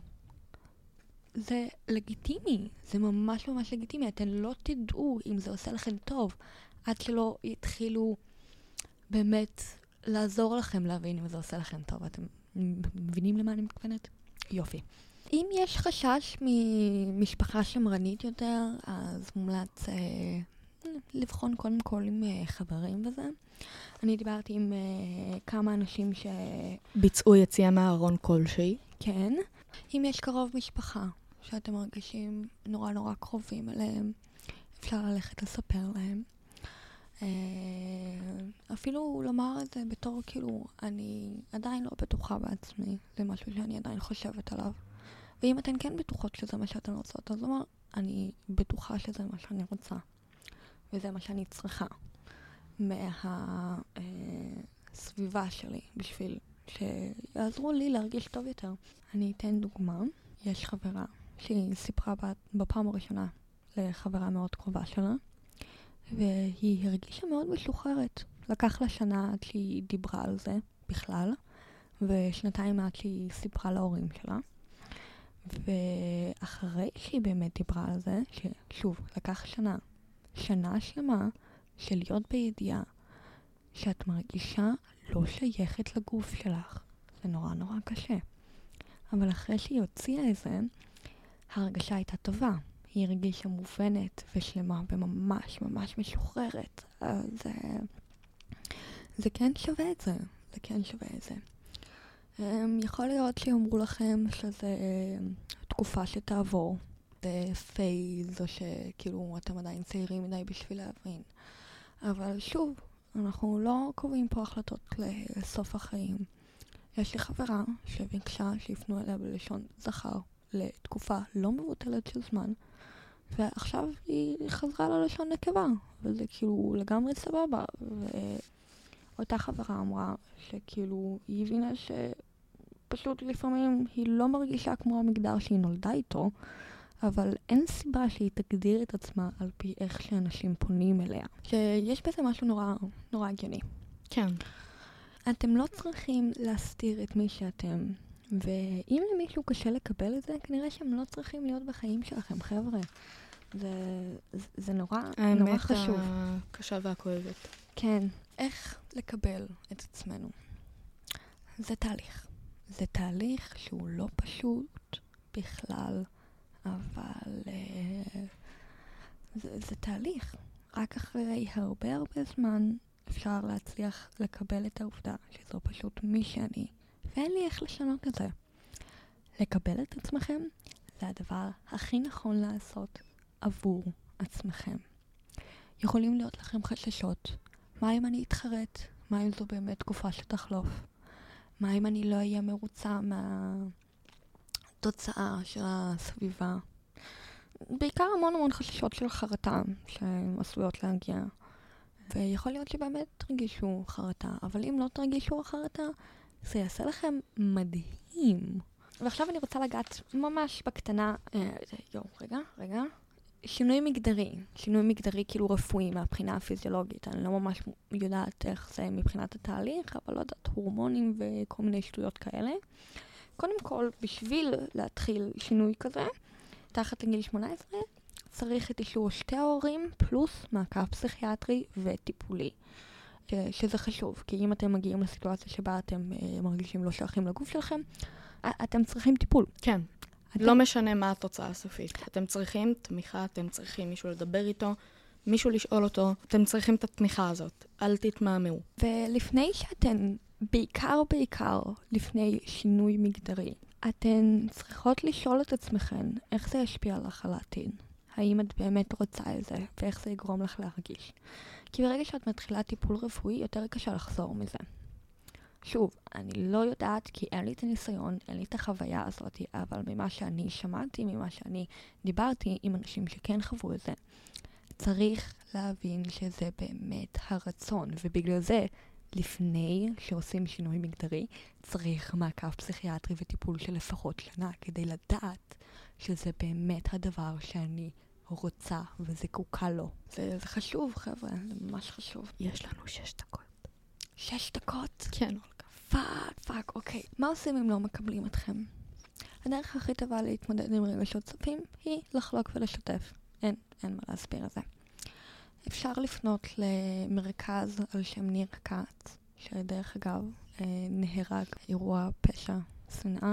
זה לגיטימי, זה ממש ממש לגיטימי. אתן לא תדעו אם זה עושה לכם טוב, עד שלא יתחילו באמת לעזור לכם להבין אם זה עושה לכם טוב. אתם מבינים למה אני מתכוונת? יופי. אם יש חשש ממשפחה שמרנית יותר, אז מומלץ אה, לבחון קודם כל עם אה, חברים וזה. אני דיברתי עם אה, כמה אנשים ש... ביצעו יציאה מהארון כלשהי. כן. אם יש קרוב משפחה שאתם מרגישים נורא נורא קרובים אליהם, אפשר ללכת לספר להם. אה, אפילו לומר את זה בתור כאילו, אני עדיין לא בטוחה בעצמי, זה משהו שאני עדיין חושבת עליו. ואם אתן כן בטוחות שזה מה שאתן רוצות, אז לומר, אני בטוחה שזה מה שאני רוצה. וזה מה שאני צריכה מהסביבה שלי, בשביל שיעזרו לי להרגיש טוב יותר. אני אתן דוגמה. יש חברה שהיא סיפרה בפעם הראשונה לחברה מאוד קרובה שלה, והיא הרגישה מאוד משוחררת. לקח לה שנה עד שהיא דיברה על זה בכלל, ושנתיים עד שהיא סיפרה להורים שלה. ואחרי שהיא באמת דיברה על זה, ששוב, לקח שנה, שנה שלמה של להיות בידיעה שאת מרגישה לא שייכת לגוף שלך. זה נורא נורא קשה. אבל אחרי שהיא הוציאה את זה, ההרגשה הייתה טובה. היא הרגישה מובנת ושלמה וממש ממש משוחררת. אז זה, זה כן שווה את זה. זה כן שווה את זה. Um, יכול להיות שיאמרו לכם שזה תקופה שתעבור. זה פייז, או שכאילו אתם עדיין צעירים מדי בשביל להבין. אבל שוב, אנחנו לא קובעים פה החלטות לסוף החיים. יש לי חברה שביקשה שיפנו אליה בלשון זכר לתקופה לא מבוטלת של זמן, ועכשיו היא חזרה ללשון נקבה, וזה כאילו לגמרי סבבה. ואותה חברה אמרה שכאילו היא הבינה שפשוט לפעמים היא לא מרגישה כמו המגדר שהיא נולדה איתו, אבל אין סיבה שהיא תגדיר את עצמה על פי איך שאנשים פונים אליה. שיש בזה משהו נורא, נורא הגיוני. כן. אתם לא צריכים להסתיר את מי שאתם, ואם למישהו קשה לקבל את זה, כנראה שהם לא צריכים להיות בחיים שלכם, חבר'ה. זה, זה, זה נורא, נורא חשוב. האמת הקשה והכואבת. כן. איך לקבל את עצמנו? זה תהליך. זה תהליך שהוא לא פשוט בכלל, אבל אה, זה, זה תהליך. רק אחרי הרבה הרבה זמן אפשר להצליח לקבל את העובדה שזו פשוט מי שאני, ואין לי איך לשנות את זה. לקבל את עצמכם זה הדבר הכי נכון לעשות עבור עצמכם. יכולים להיות לכם חששות. מה אם אני אתחרט? מה אם זו באמת תקופה שתחלוף? מה אם אני לא אהיה מרוצה מהתוצאה של הסביבה? בעיקר המון המון חששות של חרטה שהן עשויות להגיע. ויכול להיות שבאמת תרגישו חרטה, אבל אם לא תרגישו חרטה, זה יעשה לכם מדהים. ועכשיו אני רוצה לגעת ממש בקטנה, אה, יו, רגע, רגע. שינוי מגדרי, שינוי מגדרי כאילו רפואי מהבחינה הפיזיולוגית. אני לא ממש יודעת איך זה מבחינת התהליך, אבל לא יודעת, הורמונים וכל מיני שטויות כאלה. קודם כל, בשביל להתחיל שינוי כזה, תחת לגיל שמונה עשרה, צריך את אישור שתי ההורים, פלוס מעקב פסיכיאטרי וטיפולי. ש- שזה חשוב, כי אם אתם מגיעים לסיטואציה שבה אתם uh, מרגישים לא שייכים לגוף שלכם, אתם צריכים טיפול. כן. אתם... לא משנה מה התוצאה הסופית. אתם צריכים תמיכה, אתם צריכים מישהו לדבר איתו, מישהו לשאול אותו, אתם צריכים את התמיכה הזאת. אל תתמהמהו. ולפני שאתן, בעיקר בעיקר, לפני שינוי מגדרי, אתן צריכות לשאול את עצמכן איך זה ישפיע לך על העתיד. האם את באמת רוצה את זה, ואיך זה יגרום לך להרגיש. כי ברגע שאת מתחילה טיפול רפואי, יותר קשה לחזור מזה. שוב, אני לא יודעת כי אין לי את הניסיון, אין לי את החוויה הזאת, אבל ממה שאני שמעתי, ממה שאני דיברתי עם אנשים שכן חוו את זה, צריך להבין שזה באמת הרצון, ובגלל זה, לפני שעושים שינוי מגדרי, צריך מעקב פסיכיאטרי וטיפול של לפחות שנה, כדי לדעת שזה באמת הדבר שאני רוצה וזקוקה לו. זה, זה חשוב, חבר'ה, זה ממש חשוב. יש לנו שש דקות. שש דקות? כן, אולגה. פאק, פאק, אוקיי. מה עושים אם לא מקבלים אתכם? הדרך הכי טובה להתמודד עם רגשות צפים היא לחלוק ולשתף. אין, אין מה להסביר את זה. אפשר לפנות למרכז על שם ניר כץ, שדרך אגב נהרג אירוע פשע שנאה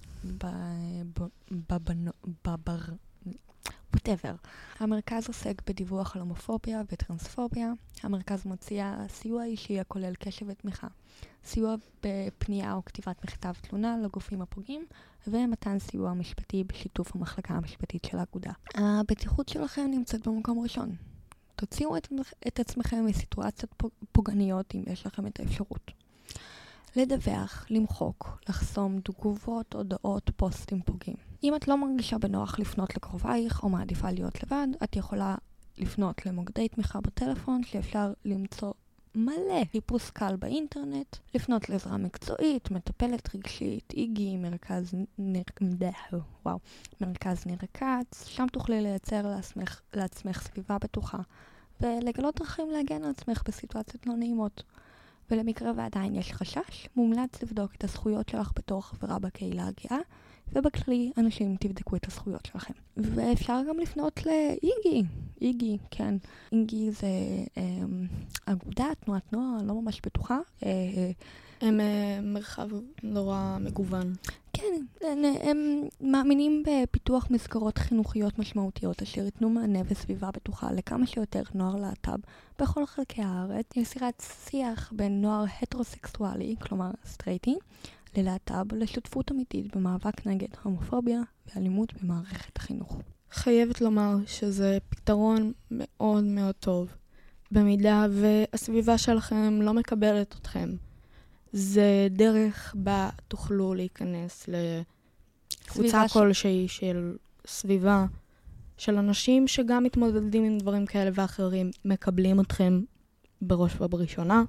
בבר... whatever. המרכז עוסק בדיווח על הומופוביה וטרנספוביה. המרכז מציע סיוע אישי הכולל קשב ותמיכה. סיוע בפנייה או כתיבת מכתב תלונה לגופים הפוגעים, ומתן סיוע משפטי בשיתוף המחלקה המשפטית של האגודה. הבטיחות שלכם נמצאת במקום ראשון. תוציאו את, את עצמכם מסיטואציות פוגעניות אם יש לכם את האפשרות. לדווח, למחוק, לחסום תגובות, הודעות, פוסטים פוגעים. אם את לא מרגישה בנוח לפנות לקרובייך או מעדיפה להיות לבד, את יכולה לפנות למוקדי תמיכה בטלפון שאפשר למצוא מלא חיפוש קל באינטרנט, לפנות לעזרה מקצועית, מטפלת רגשית, איגי, מרכז ניר... וואו, מרכז ניר כץ, שם תוכלי לייצר לעצמך, לעצמך סביבה בטוחה, ולגלות דרכים להגן על עצמך בסיטואציות לא נעימות. ולמקרה ועדיין יש חשש, מומלץ לבדוק את הזכויות שלך בתור חברה בקהילה הגאה, ובכללי אנשים תבדקו את הזכויות שלכם. ואפשר גם לפנות לאיגי. איגי, כן. איגי זה אה, אגודה, תנועת נוער, לא ממש בטוחה. אה, הם אה, מרחב נורא מגוון. כן, הם, הם מאמינים בפיתוח מסגרות חינוכיות משמעותיות, אשר ייתנו מענה וסביבה בטוחה לכמה שיותר נוער להט"ב בכל חלקי הארץ, יצירת שיח בין נוער הטרוסקסואלי, כלומר סטרייטי, ללהט"ב, לשותפות אמיתית במאבק נגד הומופוביה ואלימות במערכת החינוך. חייבת לומר שזה פתרון מאוד מאוד טוב. במידה והסביבה שלכם לא מקבלת אתכם, זה דרך בה תוכלו להיכנס לקבוצה כלשהי של סביבה של אנשים שגם מתמודדים עם דברים כאלה ואחרים, מקבלים אתכם בראש ובראשונה,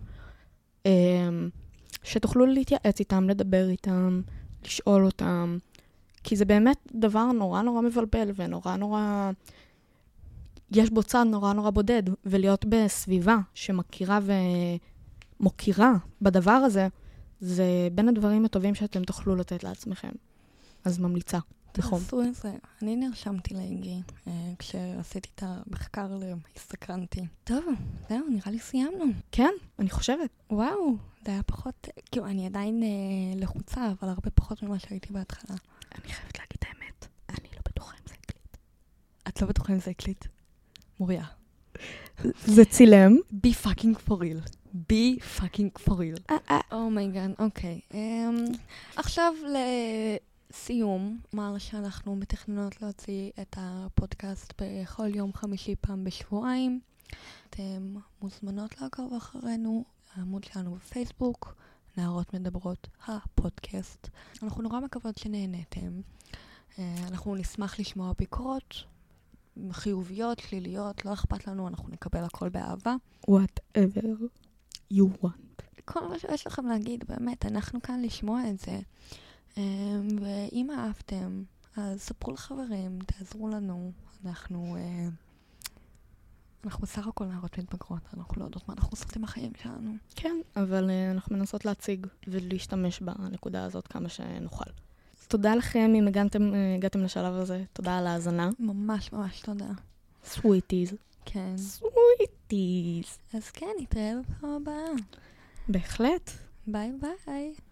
שתוכלו להתייעץ איתם, לדבר איתם, לשאול אותם, כי זה באמת דבר נורא נורא מבלבל ונורא נורא, יש בו צד נורא נורא בודד, ולהיות בסביבה שמכירה ומוקירה בדבר הזה, זה בין הדברים הטובים שאתם תוכלו לתת לעצמכם. אז ממליצה. בחום. תעשו את זה. אני נרשמתי לאיגי, כשעשיתי את המחקר הסתקרנתי. טוב, זהו, נראה לי סיימנו. כן, אני חושבת. וואו, זה היה פחות, כאילו, אני עדיין לחוצה, אבל הרבה פחות ממה שהייתי בהתחלה. אני חייבת להגיד את האמת, אני לא בטוחה אם זה הקליט. את לא בטוחה אם זה הקליט? מוריה. זה צילם. be fucking for real. be fucking for real. אומייגן, אוקיי. עכשיו ל... סיום, אמר שאנחנו מתכננות להוציא את הפודקאסט בכל יום חמישי פעם בשבועיים. אתם מוזמנות לעקוב אחרינו, העמוד שלנו בפייסבוק, נערות מדברות הפודקאסט. אנחנו נורא מקוות שנהנתם. אנחנו נשמח לשמוע ביקורות, חיוביות, שליליות, לא אכפת לנו, אנחנו נקבל הכל באהבה. Whatever you want. כל מה שיש לכם להגיד, באמת, אנחנו כאן לשמוע את זה. ואם אהבתם, אז ספרו לחברים, תעזרו לנו. אנחנו, אנחנו בסך הכל נערות מתבגרות, אנחנו לא יודעות מה אנחנו עושות עם החיים שלנו. כן, אבל אנחנו מנסות להציג ולהשתמש בנקודה הזאת כמה שנוכל. אז תודה לכם אם הגעתם, הגעתם לשלב הזה, תודה על ההאזנה. ממש ממש תודה. סוויטיז. כן. סוויטיז. אז כן, נתראה בפעם הבאה. בהחלט. ביי ביי.